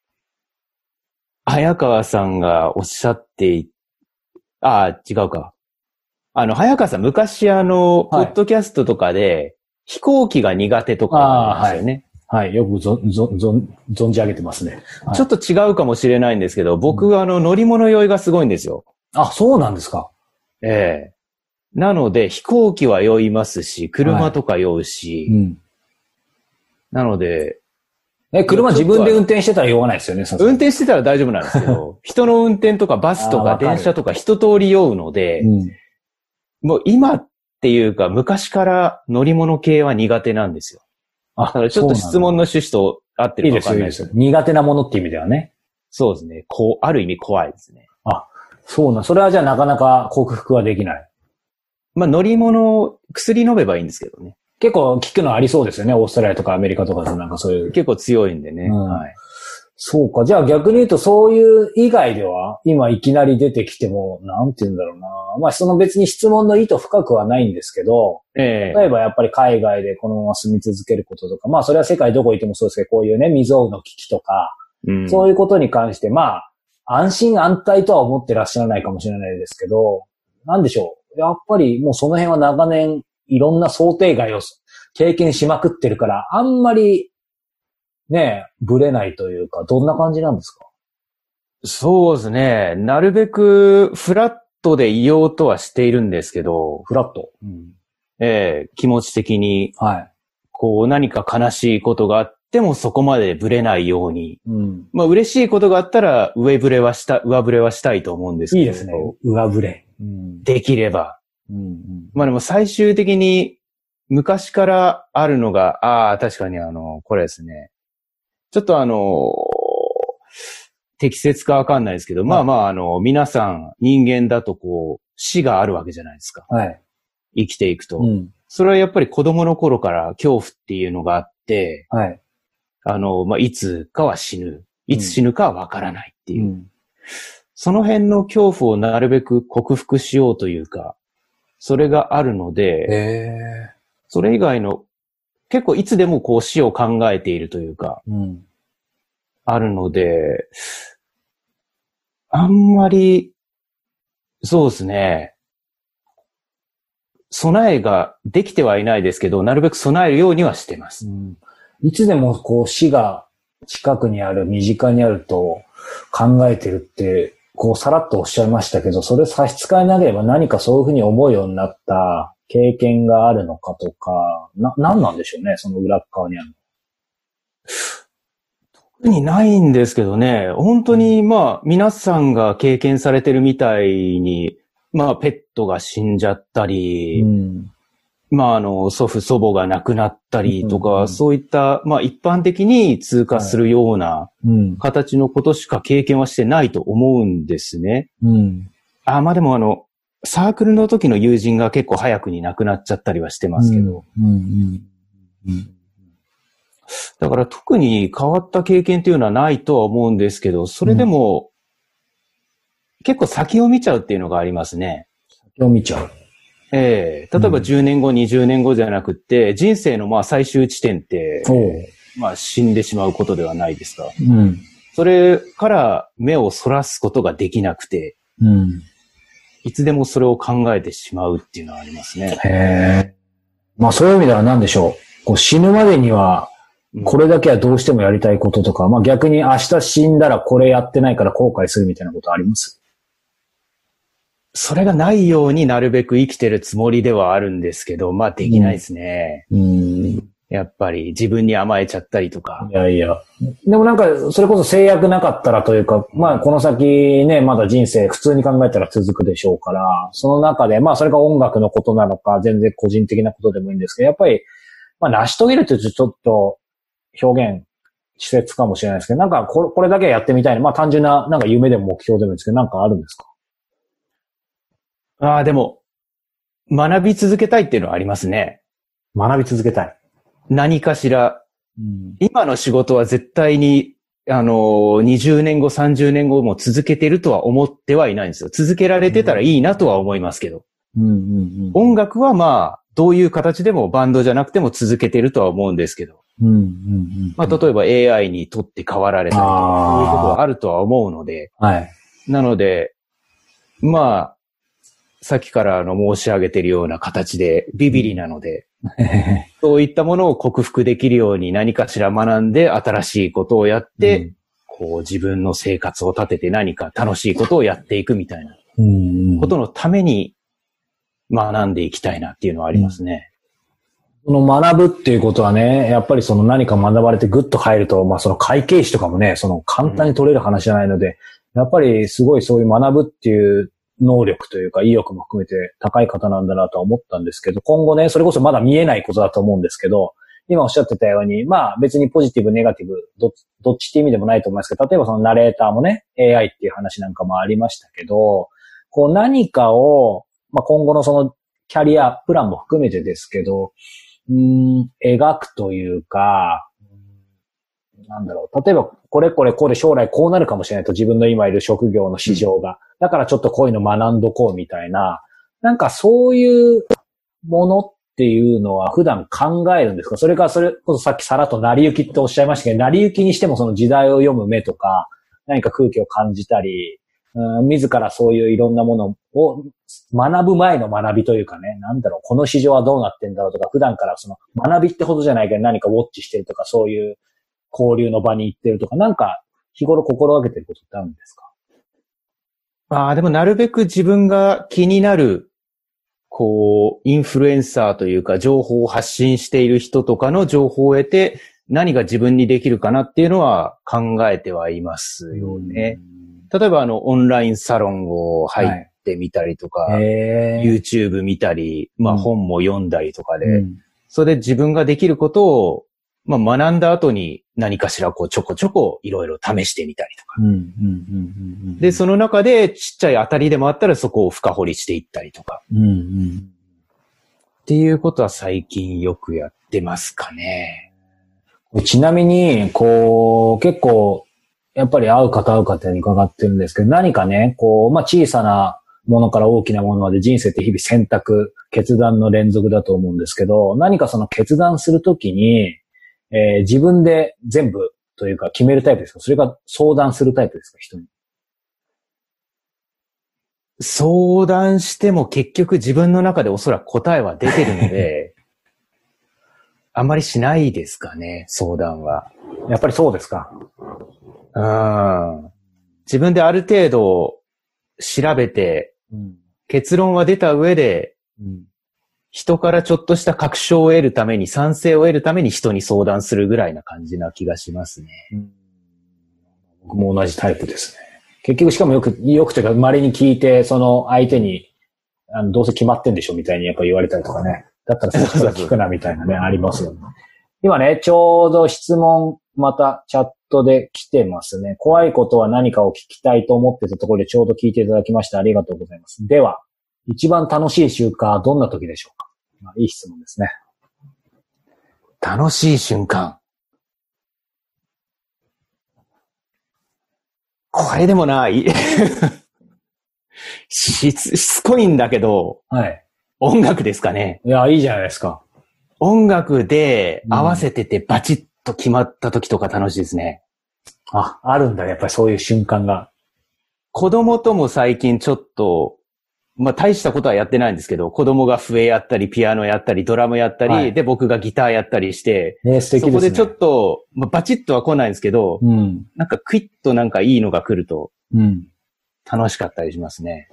早川さんがおっしゃって違うか。早川さん昔ポッドキャストとかで飛行機が苦手とかですよね。 よく存じ上げてますね。 ちょっと違うかもしれないんですけど、僕は乗り物酔いがすごいんですよ。 そうなんですか。 なので、飛行機は酔いますし、車とか酔うし、なので、 車自分で運転してたら酔わないですよね、 運転してたら大丈夫なんですけど、人の運転とかバスとか電車とか一通り酔うので、もう今っていうか昔から乗り物系は苦手なんですよ。だからちょっと質問の趣旨と合ってるかわかんないです。 苦手なものって意味ではね。 そうですね。ある意味怖いですね。 それはじゃあなかなか克服はできない。 乗り物、薬飲めばいいんですけどね。 結構効くのありそうですよね。オーストラリアとかアメリカとかでなんかそういう。 結構強いんでね。 そうか。じゃあ逆に言うとそういう以外では、今いきなり出てきても、なんて言うんだろうな。その別に質問の意図深くはないんですけど、例えばやっぱり海外でこのまま住み続けることとか、それは世界どこ行ってもそうですけど、こういうね、未曾有の危機とか、そういうことに関して、安心安泰とは思ってらっしゃらないかもしれないですけど、なんでしょう。やっぱりもうその辺は長年いろんな想定外を経験しまくってるから、あんまり、 ね、ブレないというか、どんな感じなんですか？ そうですね。なるべくフラットでいようとはしているんですけど。 フラット。 気持ち的に。 はい。 こう何か悲しいことがあってもそこまでブレないように。まあ嬉しいことがあったら上振れはしたいと思うんですけど。 いいですね。上振れ。 できれば。まあでも最終的に昔からあるのが、確かにこれですね。ちょっと適切かわかんないですけど、まあ皆さん人間だとこう死があるわけじゃないですか。 はい。 生きていくと。それはやっぱり子供の頃から恐怖っていうのがあって、 はい。 まあ、いつかは死ぬ。いつ死ぬかはわからないっていう。その辺の恐怖をなるべく克服しようというか、それがあるので、それ以外の、結構いつでもこう死を考えているというか、あるので、あんまり、そうですね、備えができてはいないですけど、なるべく備えるようにはしてます。 いつでもこう死が近くにある、身近にあると考えてるって、こうさらっとおっしゃいましたけど、それ差し支えなければ何かそういうふうに思うようになった経験があるのかとか、何なんでしょうね、その裏側にあるの。 特にないんですけどね、本当にまあ皆さんが経験されてるみたいに、まあペットが死んじゃったり、まあ祖父祖母が亡くなったりとか、そういったまあ一般的に通過するような形のことしか経験はしてないと思うんですね。まあでもサークルの時の友人が結構早くに亡くなっちゃったりはしてますけど。だから特に変わった経験というのはないとは思うんですけど、それでも結構先を見ちゃうっていうのがありますね。 先を見ちゃう。 例えば10年後、20年後じゃなくって、人生のまあ最終地点って、まあ死んでしまうことではないですか。それから目をそらすことができなくて、いつでもそれを考えてしまうっていうのはありますね。 まあそういう意味では何でしょう。こう死ぬまでには、これだけはどうしてもやりたいこととか、まあ逆に明日死んだらこれやってないから後悔するみたいなことあります？ それがないようになるべく生きてるつもりではあるんですけど、まあできないですね。やっぱり自分に甘えちゃったりとか。 いやいや。でもなんか、それこそ制約なかったらというか、まあこの先ね、まだ人生普通に考えたら続くでしょうから、その中で、まあそれが音楽のことなのか、全然個人的なことでもいいんですけど、やっぱり、まあ成し遂げるというとちょっと表現、稚拙かもしれないですけど、なんかこれだけやってみたいな、まあ単純ななんか夢でも目標でもいいんですけど、なんかあるんですか？ でも、学び続けたいっていうのはありますね。 学び続けたい。 何かしら。今の仕事は絶対に、20年後、30年後も続けてるとは思ってはいないんですよ。続けられてたらいいなとは思いますけど。音楽はまあ、どういう形でもバンドじゃなくても続けてるとは思うんですけど。まあ、例えば AI にとって変わられたりとか、そういうことはあるとは思うので。なので、まあ、さっきから申し上げているような形でビビリなので、そういったものを克服できるように何かしら学んで新しいことをやって、こう自分の生活を立てて何か楽しいことをやっていくみたいなことのために学んでいきたいなっていうのはありますね。 その学ぶっていうことはね、やっぱりその何か学ばれてグッと入ると、まあその会計士とかもね、その簡単に取れる話じゃないので、やっぱりすごいそういう学ぶっていう能力というか意欲も含めて高い方なんだなとは思ったんですけど、今後ね、それこそまだ見えないことだと思うんですけど、今おっしゃってたように、まあ別にポジティブ、ネガティブ、どっちって意味でもないと思いますけど、例えばそのナレーターもね、AI っていう話なんかもありましたけど、こう何かを、まあ今後のそのキャリアプランも含めてですけど、描くというか、なんだろう。例えば、これで将来こうなるかもしれないと、自分の今いる職業の市場が。だからちょっとこういうの学んどこうみたいな。なんかそういうものっていうのは普段考えるんですか？それからそれこそさっきさらっと成り行きっておっしゃいましたけど、成り行きにしてもその時代を読む目とか、何か空気を感じたり、自らそういういろんなものを学ぶ前の学びというかね、なんだろう、この市場はどうなってんだろうとか、普段からその学びってほどじゃないけど何かウォッチしてるとか、そういう交流の場に行ってるとか、なんか日頃心がけてることってあるんですか？ でもなるべく自分が気になる、インフルエンサーというか、情報を発信している人とかの情報を得て、何が自分にできるかなっていうのは考えてはいますよね。例えばオンラインサロンを入ってみたりとか、YouTube 見たり、本も読んだりとかで、それで自分ができることを、学んだ後に何かしらちょこちょこいろいろ試してみたりとか。で、その中でちっちゃい当たりでもあったらそこを深掘りしていったりとか。っていうことは最近よくやってますかね。 ちなみに、結構、やっぱり会う方に伺ってるんですけど、何かね、小さなものから大きなものまで人生って日々選択、決断の連続だと思うんですけど、何かその決断するときに、自分で全部というか決めるタイプですか？それか相談するタイプですか？人に。 相談しても結局自分の中でおそらく答えは出てるので、あんまりしないですかね、相談は。 やっぱりそうですか。 自分である程度調べて、結論は出た上で、人からちょっとした確証を得るために、賛成を得るために人に相談するぐらいな感じな気がしますね。 僕も同じタイプですね。結局しかもよくというか稀に聞いて、その相手に、どうせ決まってんでしょみたいにやっぱ言われたりとかね。だったらそっちが聞くなみたいなね、ありますよね。今ね、ちょうど質問、またチャットで来てますね。怖いことは何かを聞きたいと思ってたところでちょうど聞いていただきましてありがとうございます。では、一番楽しい瞬間はどんな時でしょうか？いい質問ですね。 楽しい瞬間。これでもない。しつこいんだけど、 はい。 音楽ですかね。 いや、いいじゃないですか。 音楽で合わせててバチッと決まった時とか楽しいですね。 あるんだ、やっぱりそういう瞬間が。 子供とも最近ちょっと、大したことはやってないんですけど、子供が笛やったり、ピアノやったり、ドラムやったり、で、僕がギターやったりして、 素敵ですね。 そこでちょっと、バチッとは来ないんですけど、なんかクイッとなんかいいのが来ると、楽しかったりしますね。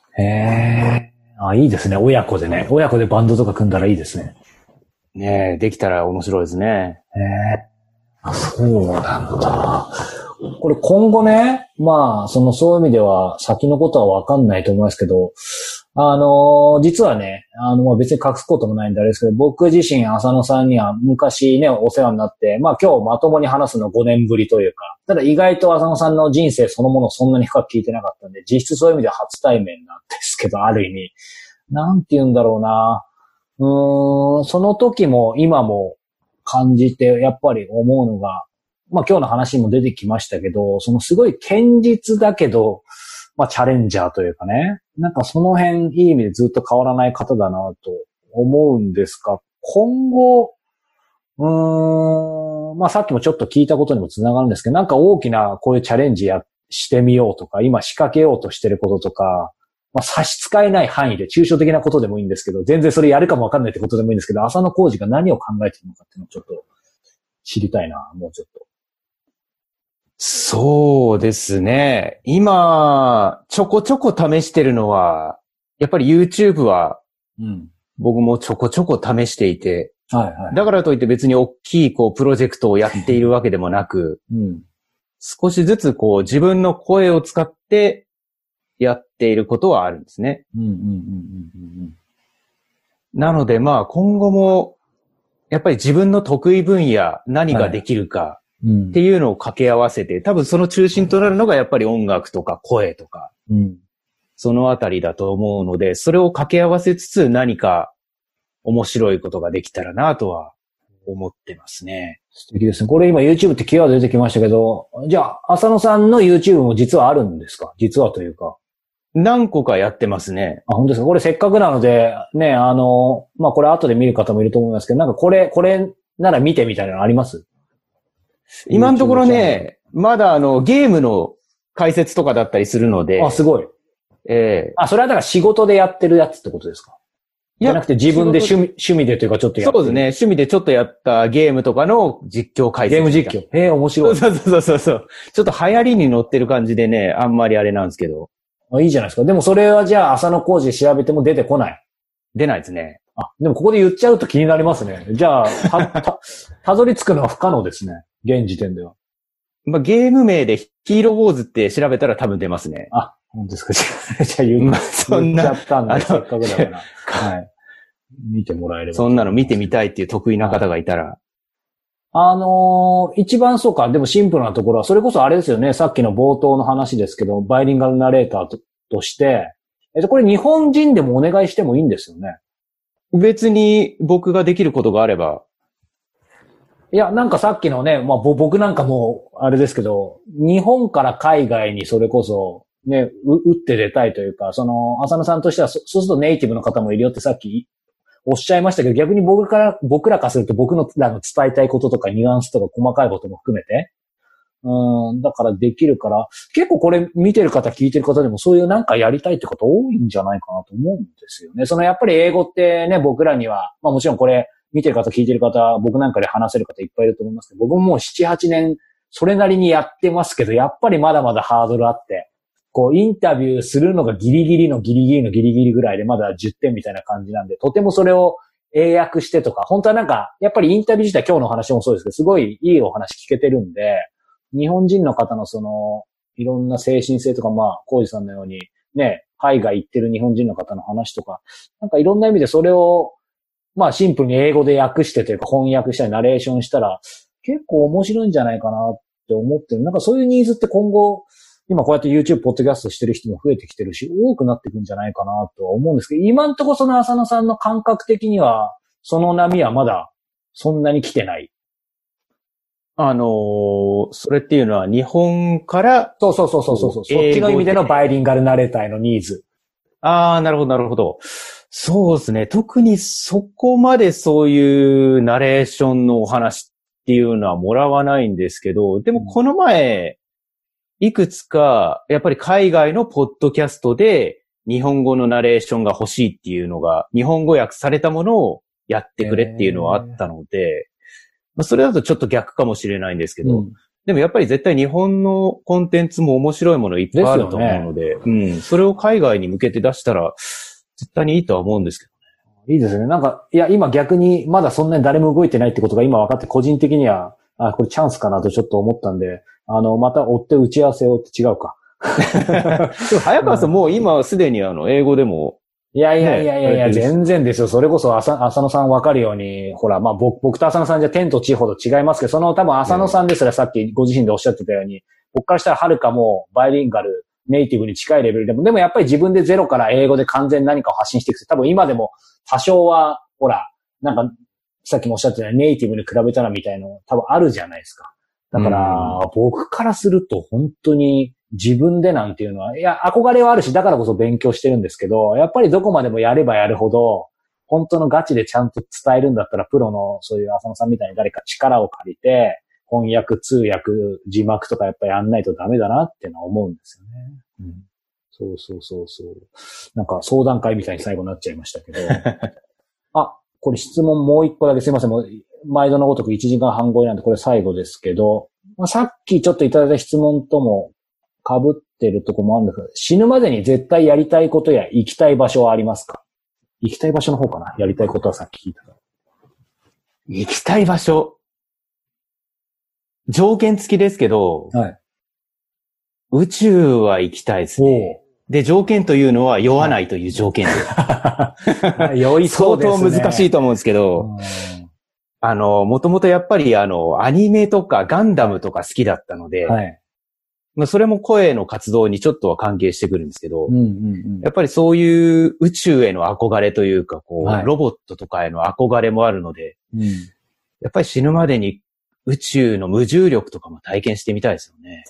いいですね。親子でバンドとか組んだらいいですね。 ねえ、できたら面白いですね。 そうなんだ。これ今後ね、そういう意味では先のことはわかんないと思いますけど、実はね、別に隠すこともないんであれですけど、僕自身浅野さんには昔ね、お世話になって、今日まともに話すの5年ぶりというか、ただ意外と浅野さんの人生そのものをそんなに深く聞いてなかったんで、実質そういう意味では初対面なんですけど、ある意味。なんて言うんだろうな。その時も今も感じて、やっぱり思うのが、今日の話にも出てきましたけど、そのすごい堅実だけど、チャレンジャーというかね、なんかその辺いい意味でずっと変わらない方だなと思うんですが、今後、さっきもちょっと聞いたことにもつながるんですけど、なんか大きなこういうチャレンジしてみようとか、今仕掛けようとしてることとか、差し支えない範囲で抽象的なことでもいいんですけど、全然それやるかもわかんないってことでもいいんですけど、浅野浩二が何を考えてるのかっていうのをちょっと知りたいな、もうちょっと。 そうですね。今、ちょこちょこ試してるのは、やっぱり YouTube は、僕もちょこちょこ試していて、だからといって別に大きいプロジェクトをやっているわけでもなく、少しずつ自分の声を使ってやっていることはあるんですね。なので今後も、やっぱり自分の得意分野、何ができるか、っていうのを掛け合わせて、多分その中心となるのがやっぱり音楽とか声とか、そのあたりだと思うので、それを掛け合わせつつ何か面白いことができたらなとは思ってますね。 素敵ですね。これ今 YouTube ってキーワード出てきましたけど、じゃあ浅野さんの YouTube も実はあるんですか？実はというか。 何個かやってますね。 本当ですか？これせっかくなので、ね、これ後で見る方もいると思いますけど、なんかこれなら見てみたいなのあります？ 今のところね、まだゲームの解説とかだったりするので。 すごい。それはだから仕事でやってるやつってことですか？ じゃなくて自分で趣味でというかちょっとやってそうですね。趣味でちょっとやったゲームとかの実況解説。 ゲーム実況。面白い。 そう。ちょっと流行りに乗ってる感じでね、あんまりあれなんですけど。 いいじゃないですか。でもそれはじゃあ浅野浩二で調べても出てこない。 出ないですね。 でもここで言っちゃうと気になりますね。じゃあ、たどり着くのは不可能ですね。現時点では。 ゲーム名でヒーローウォーズって調べたら多分出ますね。 本当ですか。じゃあ言っちゃったんで、せっかくだから。はい。見てもらえれば。 そんなの見てみたいっていう得意な方がいたら。 一番そうか、でもシンプルなところは、それこそあれですよね、さっきの冒頭の話ですけど、バイリンガルナレーターとして、これ日本人でもお願いしてもいいんですよね。 別に僕ができることがあれば。 いや、なんかさっきのね、僕なんかもう、あれですけど、日本から海外にそれこそ、ね、打って出たいというか、浅野さんとしては、そうするとネイティブの方もいるよってさっきおっしゃいましたけど、逆に僕らからすると僕の伝えたいこととかニュアンスとか細かいことも含めて、だからできるから、結構これ見てる方、聞いてる方でもそういうなんかやりたいって方多いんじゃないかなと思うんですよね。やっぱり英語ってね、僕らには、もちろんこれ見てる方、聞いてる方、僕なんかで話せる方いっぱいいると思いますけど、僕ももう7、8年それなりにやってますけど、やっぱりまだまだハードルあって、インタビューするのがギリギリのギリギリのギリギリぐらいでまだ10点みたいな感じなんで、とてもそれを英訳してとか、本当はなんか、やっぱりインタビュー自体今日のお話もそうですけど、すごいいいお話聞けてるんで、日本人の方のいろんな精神性とか、コウジさんのように、ね、海外行ってる日本人の方の話とか、なんかいろんな意味でそれを、シンプルに英語で訳してというか翻訳したりナレーションしたら、結構面白いんじゃないかなって思ってる。なんかそういうニーズって今後、今こうやって YouTube、ポッドキャストしてる人も増えてきてるし、多くなっていくんじゃないかなとは思うんですけど、今んとこ浅野さんの感覚的には、その波はまだそんなに来てない。 それっていうのは日本から、 そう。そっちの意味でのバイリンガルナレーターへのニーズ。 なるほど。そうですね。特にそこまでそういうナレーションのお話っていうのはもらわないんですけど、でもこの前、いくつか、やっぱり海外のポッドキャストで日本語のナレーションが欲しいっていうのが、日本語訳されたものをやってくれっていうのはあったので、それだとちょっと逆かもしれないんですけど、でもやっぱり絶対日本のコンテンツも面白いものいっぱいあると思うので、それを海外に向けて出したら絶対にいいとは思うんですけどね。いいですね。なんか、いや、今逆にまだそんなに誰も動いてないってことが今分かって、個人的には、これチャンスかなとちょっと思ったんで、また追って打ち合わせをって違うか。 でも早川さんもう今すでに英語でも、 いや、全然ですよ。それこそ浅野さん分かるように、ほら、僕と浅野さんじゃ天と地ほど違いますけど、多分浅野さんですらさっきご自身でおっしゃってたように、僕からしたらはるかもうバイリンガル、ネイティブに近いレベルでもやっぱり自分でゼロから英語で完全に何かを発信していく。多分今でも多少は、ほら、なんか、さっきもおっしゃってたようにネイティブに比べたらみたいなの多分あるじゃないですか。だから、僕からすると本当に自分でなんていうのは、いや、憧れはあるし、だからこそ勉強してるんですけど、やっぱりどこまでもやればやるほど、本当のガチでちゃんと伝えるんだったら、プロのそういう浅野さんみたいに誰か力を借りて、翻訳、通訳、字幕とかやっぱりやんないとダメだなっていうのは思うんですよね。そう。なんか相談会みたいに最後になっちゃいましたけど。これ質問もう一個だけすいません。もう毎度のごとく1時間半超えなんでこれ最後ですけど、さっきちょっといただいた質問とも被ってるとこもあるんですけど、死ぬまでに絶対やりたいことや行きたい場所はありますか？行きたい場所の方かな？やりたいことはさっき聞いたから。 行きたい場所。条件付きですけど、 はい、 宇宙は行きたいですね。で、条件というのは酔わないという条件で。 酔いそうですね。 相当難しいと思うんですけど、もともとやっぱりアニメとかガンダムとか好きだったので、それも声の活動にちょっとは関係してくるんですけど、やっぱりそういう宇宙への憧れというか、ロボットとかへの憧れもあるので、やっぱり死ぬまでに宇宙の無重力とかも体験してみたいですよね。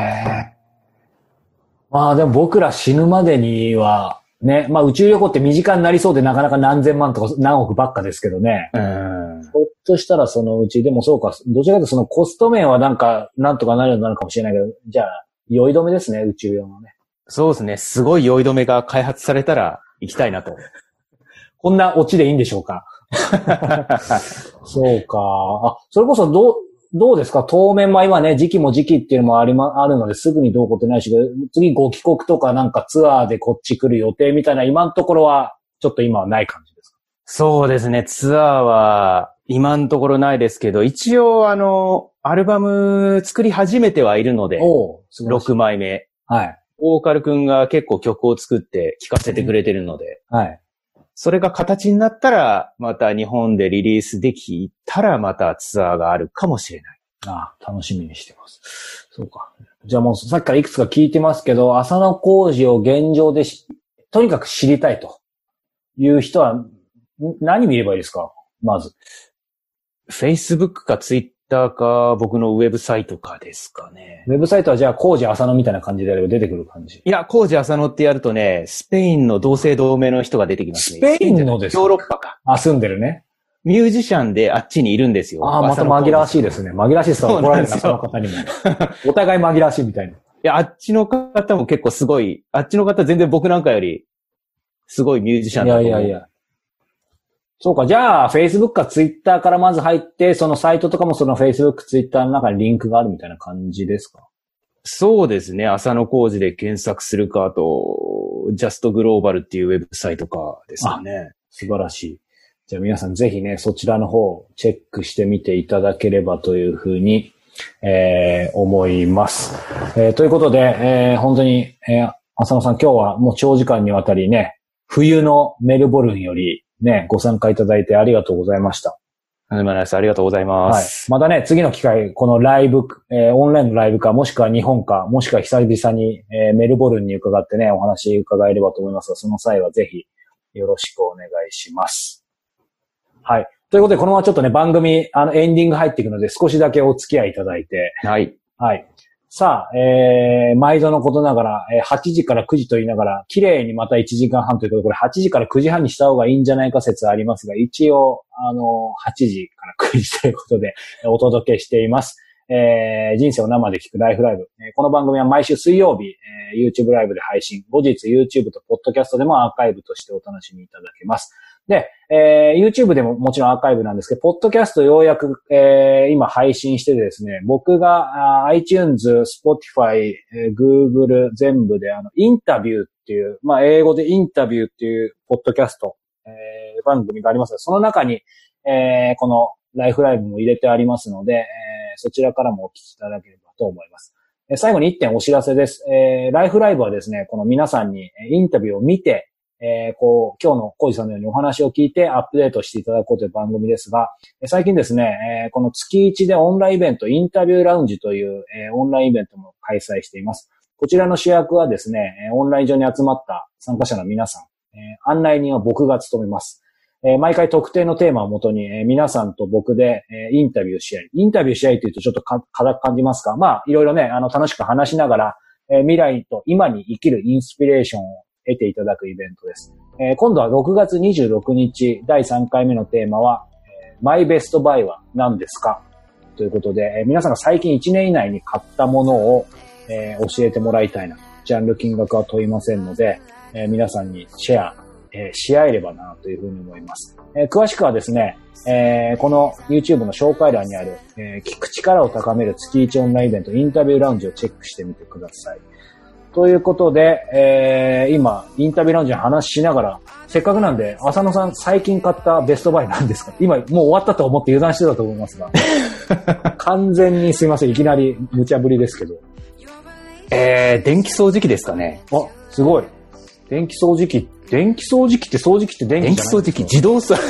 でも僕ら死ぬまでには、ね、宇宙旅行って身近になりそうでなかなか何千万とか何億ばっかですけどね。ひょっとしたらそのうち、でもそうか、どちらかというとそのコスト面はなんとかなるようになるかもしれないけど、じゃあ、酔い止めですね、宇宙用のね。 そうですね、すごい酔い止めが開発されたら行きたいなと。 こんなオチでいいんでしょうか。そうか。それこそどうですか？当面、今ね、時期っていうのもあるので、すぐにどうこうってないし、次ご帰国とかなんかツアーでこっち来る予定みたいな、今のところは、ちょっと今はない感じですか？ そうですね。ツアーは、今のところないですけど、一応アルバム作り始めてはいるので、6枚目。 はい。 ボーカルくんが結構曲を作って聴かせてくれてるので、 はい。 それが形になったら、また日本でリリースできたら、またツアーがあるかもしれない。 楽しみにしてます。そうか。じゃあもうさっきからいくつか聞いてますけど、浅野浩二を現状でとにかく知りたいという人は、何見ればいいですか？まず。 Facebook か Twitter か、僕のウェブサイトかですかね。 ウェブサイトはじゃあ、浩二浅野みたいな感じでやれば出てくる感じ？ いや、浩二浅野ってやるとね、スペインの同姓同名の人が出てきますね。スペインのですか？ ヨーロッパか。 住んでるね。 ミュージシャンであっちにいるんですよ。 また紛らわしいですね。紛らわしいですから怒られるな、その方にも。お互い紛らわしいみたいな。いや、あっちの方も結構すごい、あっちの方全然僕なんかより、すごいミュージシャンだと思う。いや。 そうか、じゃあ、Facebook か Twitter からまず入って、そのサイトとかもその Facebook、Twitter の中にリンクがあるみたいな感じですか？ そうですね。浅野浩二で検索するか、あと、Just Global っていうウェブサイトかですよね。 素晴らしい。じゃあ皆さんぜひね、そちらの方チェックしてみていただければというふうに、思います。ということで、本当に、浅野さん今日はもう長時間にわたりね、冬のメルボルンよりね、ご参加いただいてありがとうございました。 ありがとうございます。 はい。またね、次の機会、このライブ、オンラインのライブか、もしくは日本か、もしくは久々に、メルボルンに伺ってね、お話伺えればと思いますが、その際はぜひよろしくお願いします。はい。ということで、このままちょっとね、番組、エンディング入っていくので、少しだけお付き合いいただいて。 はい。 はい。さあ、毎度のことながら、8時から9時と言いながら、綺麗にまた1時間半ということで、これ8時から9時半にした方がいいんじゃないか説ありますが、一応、8時から9時ということで、お届けしています。人生を生で聞くライフライブ。この番組は毎週水曜日、YouTube ライブで配信。後日 YouTube と Podcast でもアーカイブとしてお楽しみいただけます。で、YouTube でももちろんアーカイブなんですけど、Podcast ようやく、今配信しててですね、僕がiTunes、Spotify、Google 全部でインタビューっていう、英語でインタビューっていうポッドキャスト、番組がありますが、その中に、このライフライブも入れてありますので、そちらからもお聞きいただければと思います。最後に1点お知らせです。ライフライブはですね、この皆さんにインタビューを見て、今日の浩二さんのようにお話を聞いてアップデートしていただこうという番組ですが、最近ですね、この月1でオンラインイベント、インタビューラウンジという、オンラインイベントも開催しています。こちらの主役はですね、オンライン上に集まった参加者の皆さん、案内人は僕が務めます。毎回特定のテーマをもとに、皆さんと僕で、インタビューし合い。インタビューし合いというとちょっと硬く感じますが、いろいろね、楽しく話しながら、未来と今に生きるインスピレーションを得ていただくイベントです。今度は6月26日、第3回目のテーマは、マイベストバイは何ですかということで、皆さんが最近1年以内に買ったものを、教えてもらいたいな。ジャンル金額は問いませんので、皆さんにシェア、し合えればなというふうに思います。詳しくはですね、この YouTube の紹介欄にある、聞く力を高める月1オンラインイベントインタビューラウンジをチェックしてみてください。ということで、今インタビューラウンジの話しながら、せっかくなんで浅野さん最近買ったベストバイなんですか？今もう終わったと思って油断してたと思いますが完全にすいません、いきなり無茶ぶりですけど、 電気掃除機ですかね。 すごい。電気掃除機って電気って電気掃除機自動掃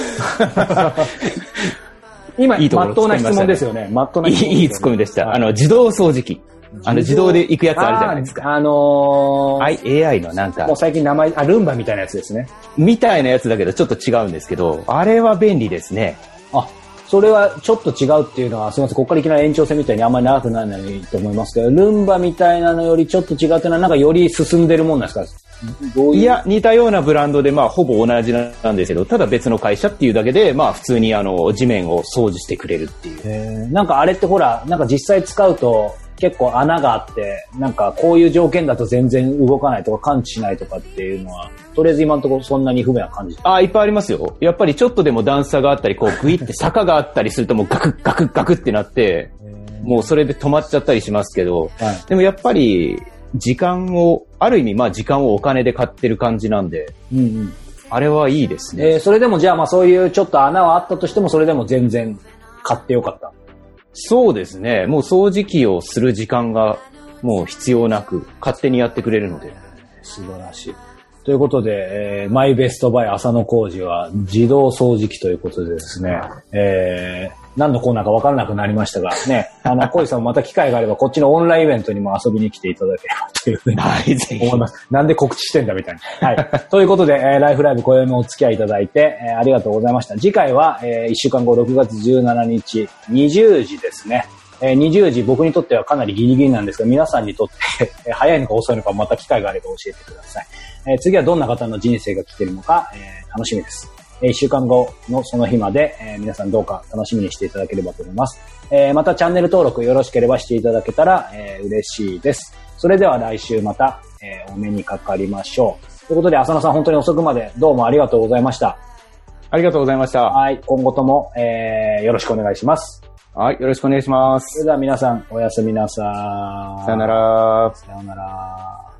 今いいまっとうな質問ですよね。まっとうな質問、 いいツッコミでした。自動掃除機。自動で行くやつあるじゃないですか。AI のなんか。 もう最近名前、ルンバみたいなやつですね。 みたいなやつだけどちょっと違うんですけど、あれは便利ですね。 それはちょっと違うっていうのは、すみません、ここからいきなり延長戦みたいにあんまり長くならないと思いますけど、ルンバみたいなのよりちょっと違うっていうのは、なんかより進んでるもんなんですか？ いや、似たようなブランドで、ほぼ同じなんですけど、ただ別の会社っていうだけで、普通に地面を掃除してくれるっていう。 なんかあれってほら、なんか実際使うと、 結構穴があって、なんかこういう条件だと全然動かないとか感知しないとかっていうのは、とりあえず今のところそんなに不便な感じ。 いっぱいありますよ。やっぱりちょっとでも段差があったり、こうグイって坂があったりするともうガクッガクッガクってなって、もうそれで止まっちゃったりしますけど、はい、でもやっぱりある意味時間をお金で買ってる感じなんで、うんうん、あれはいいですね。 それでもじゃあそういうちょっと穴はあったとしてもそれでも全然買ってよかった。 そうですね。もう掃除機をする時間がもう必要なく勝手にやってくれるので。 素晴らしい。ということで、マイベストバイ浅野浩二は自動掃除機ということでですね、何のコーナーか分からなくなりましたが、ね、浩二さんもまた機会があればこっちのオンラインイベントにも遊びに来ていただければというふうに思います。なんで告知してんだみたいな。はい。ということで、ライフライブ今宵もお付き合いいただいて、ありがとうございました。次回は、1週間後6月17日20時ですね。20時僕にとってはかなりギリギリなんですが、皆さんにとって早いのか遅いのかまた機会があれば教えてください。次はどんな方の人生が聞けるのか、楽しみです。1週間後のその日まで、皆さんどうか楽しみにしていただければと思います。またチャンネル登録よろしければしていただけたら、嬉しいです。それでは来週また、お目にかかりましょう。ということで浅野さん本当に遅くまでどうもありがとうございました。 ありがとうございました。 はい、今後とも、よろしくお願いします。 はい、よろしくお願いします。 それでは皆さんおやすみなさい。 さよなら。 さよなら。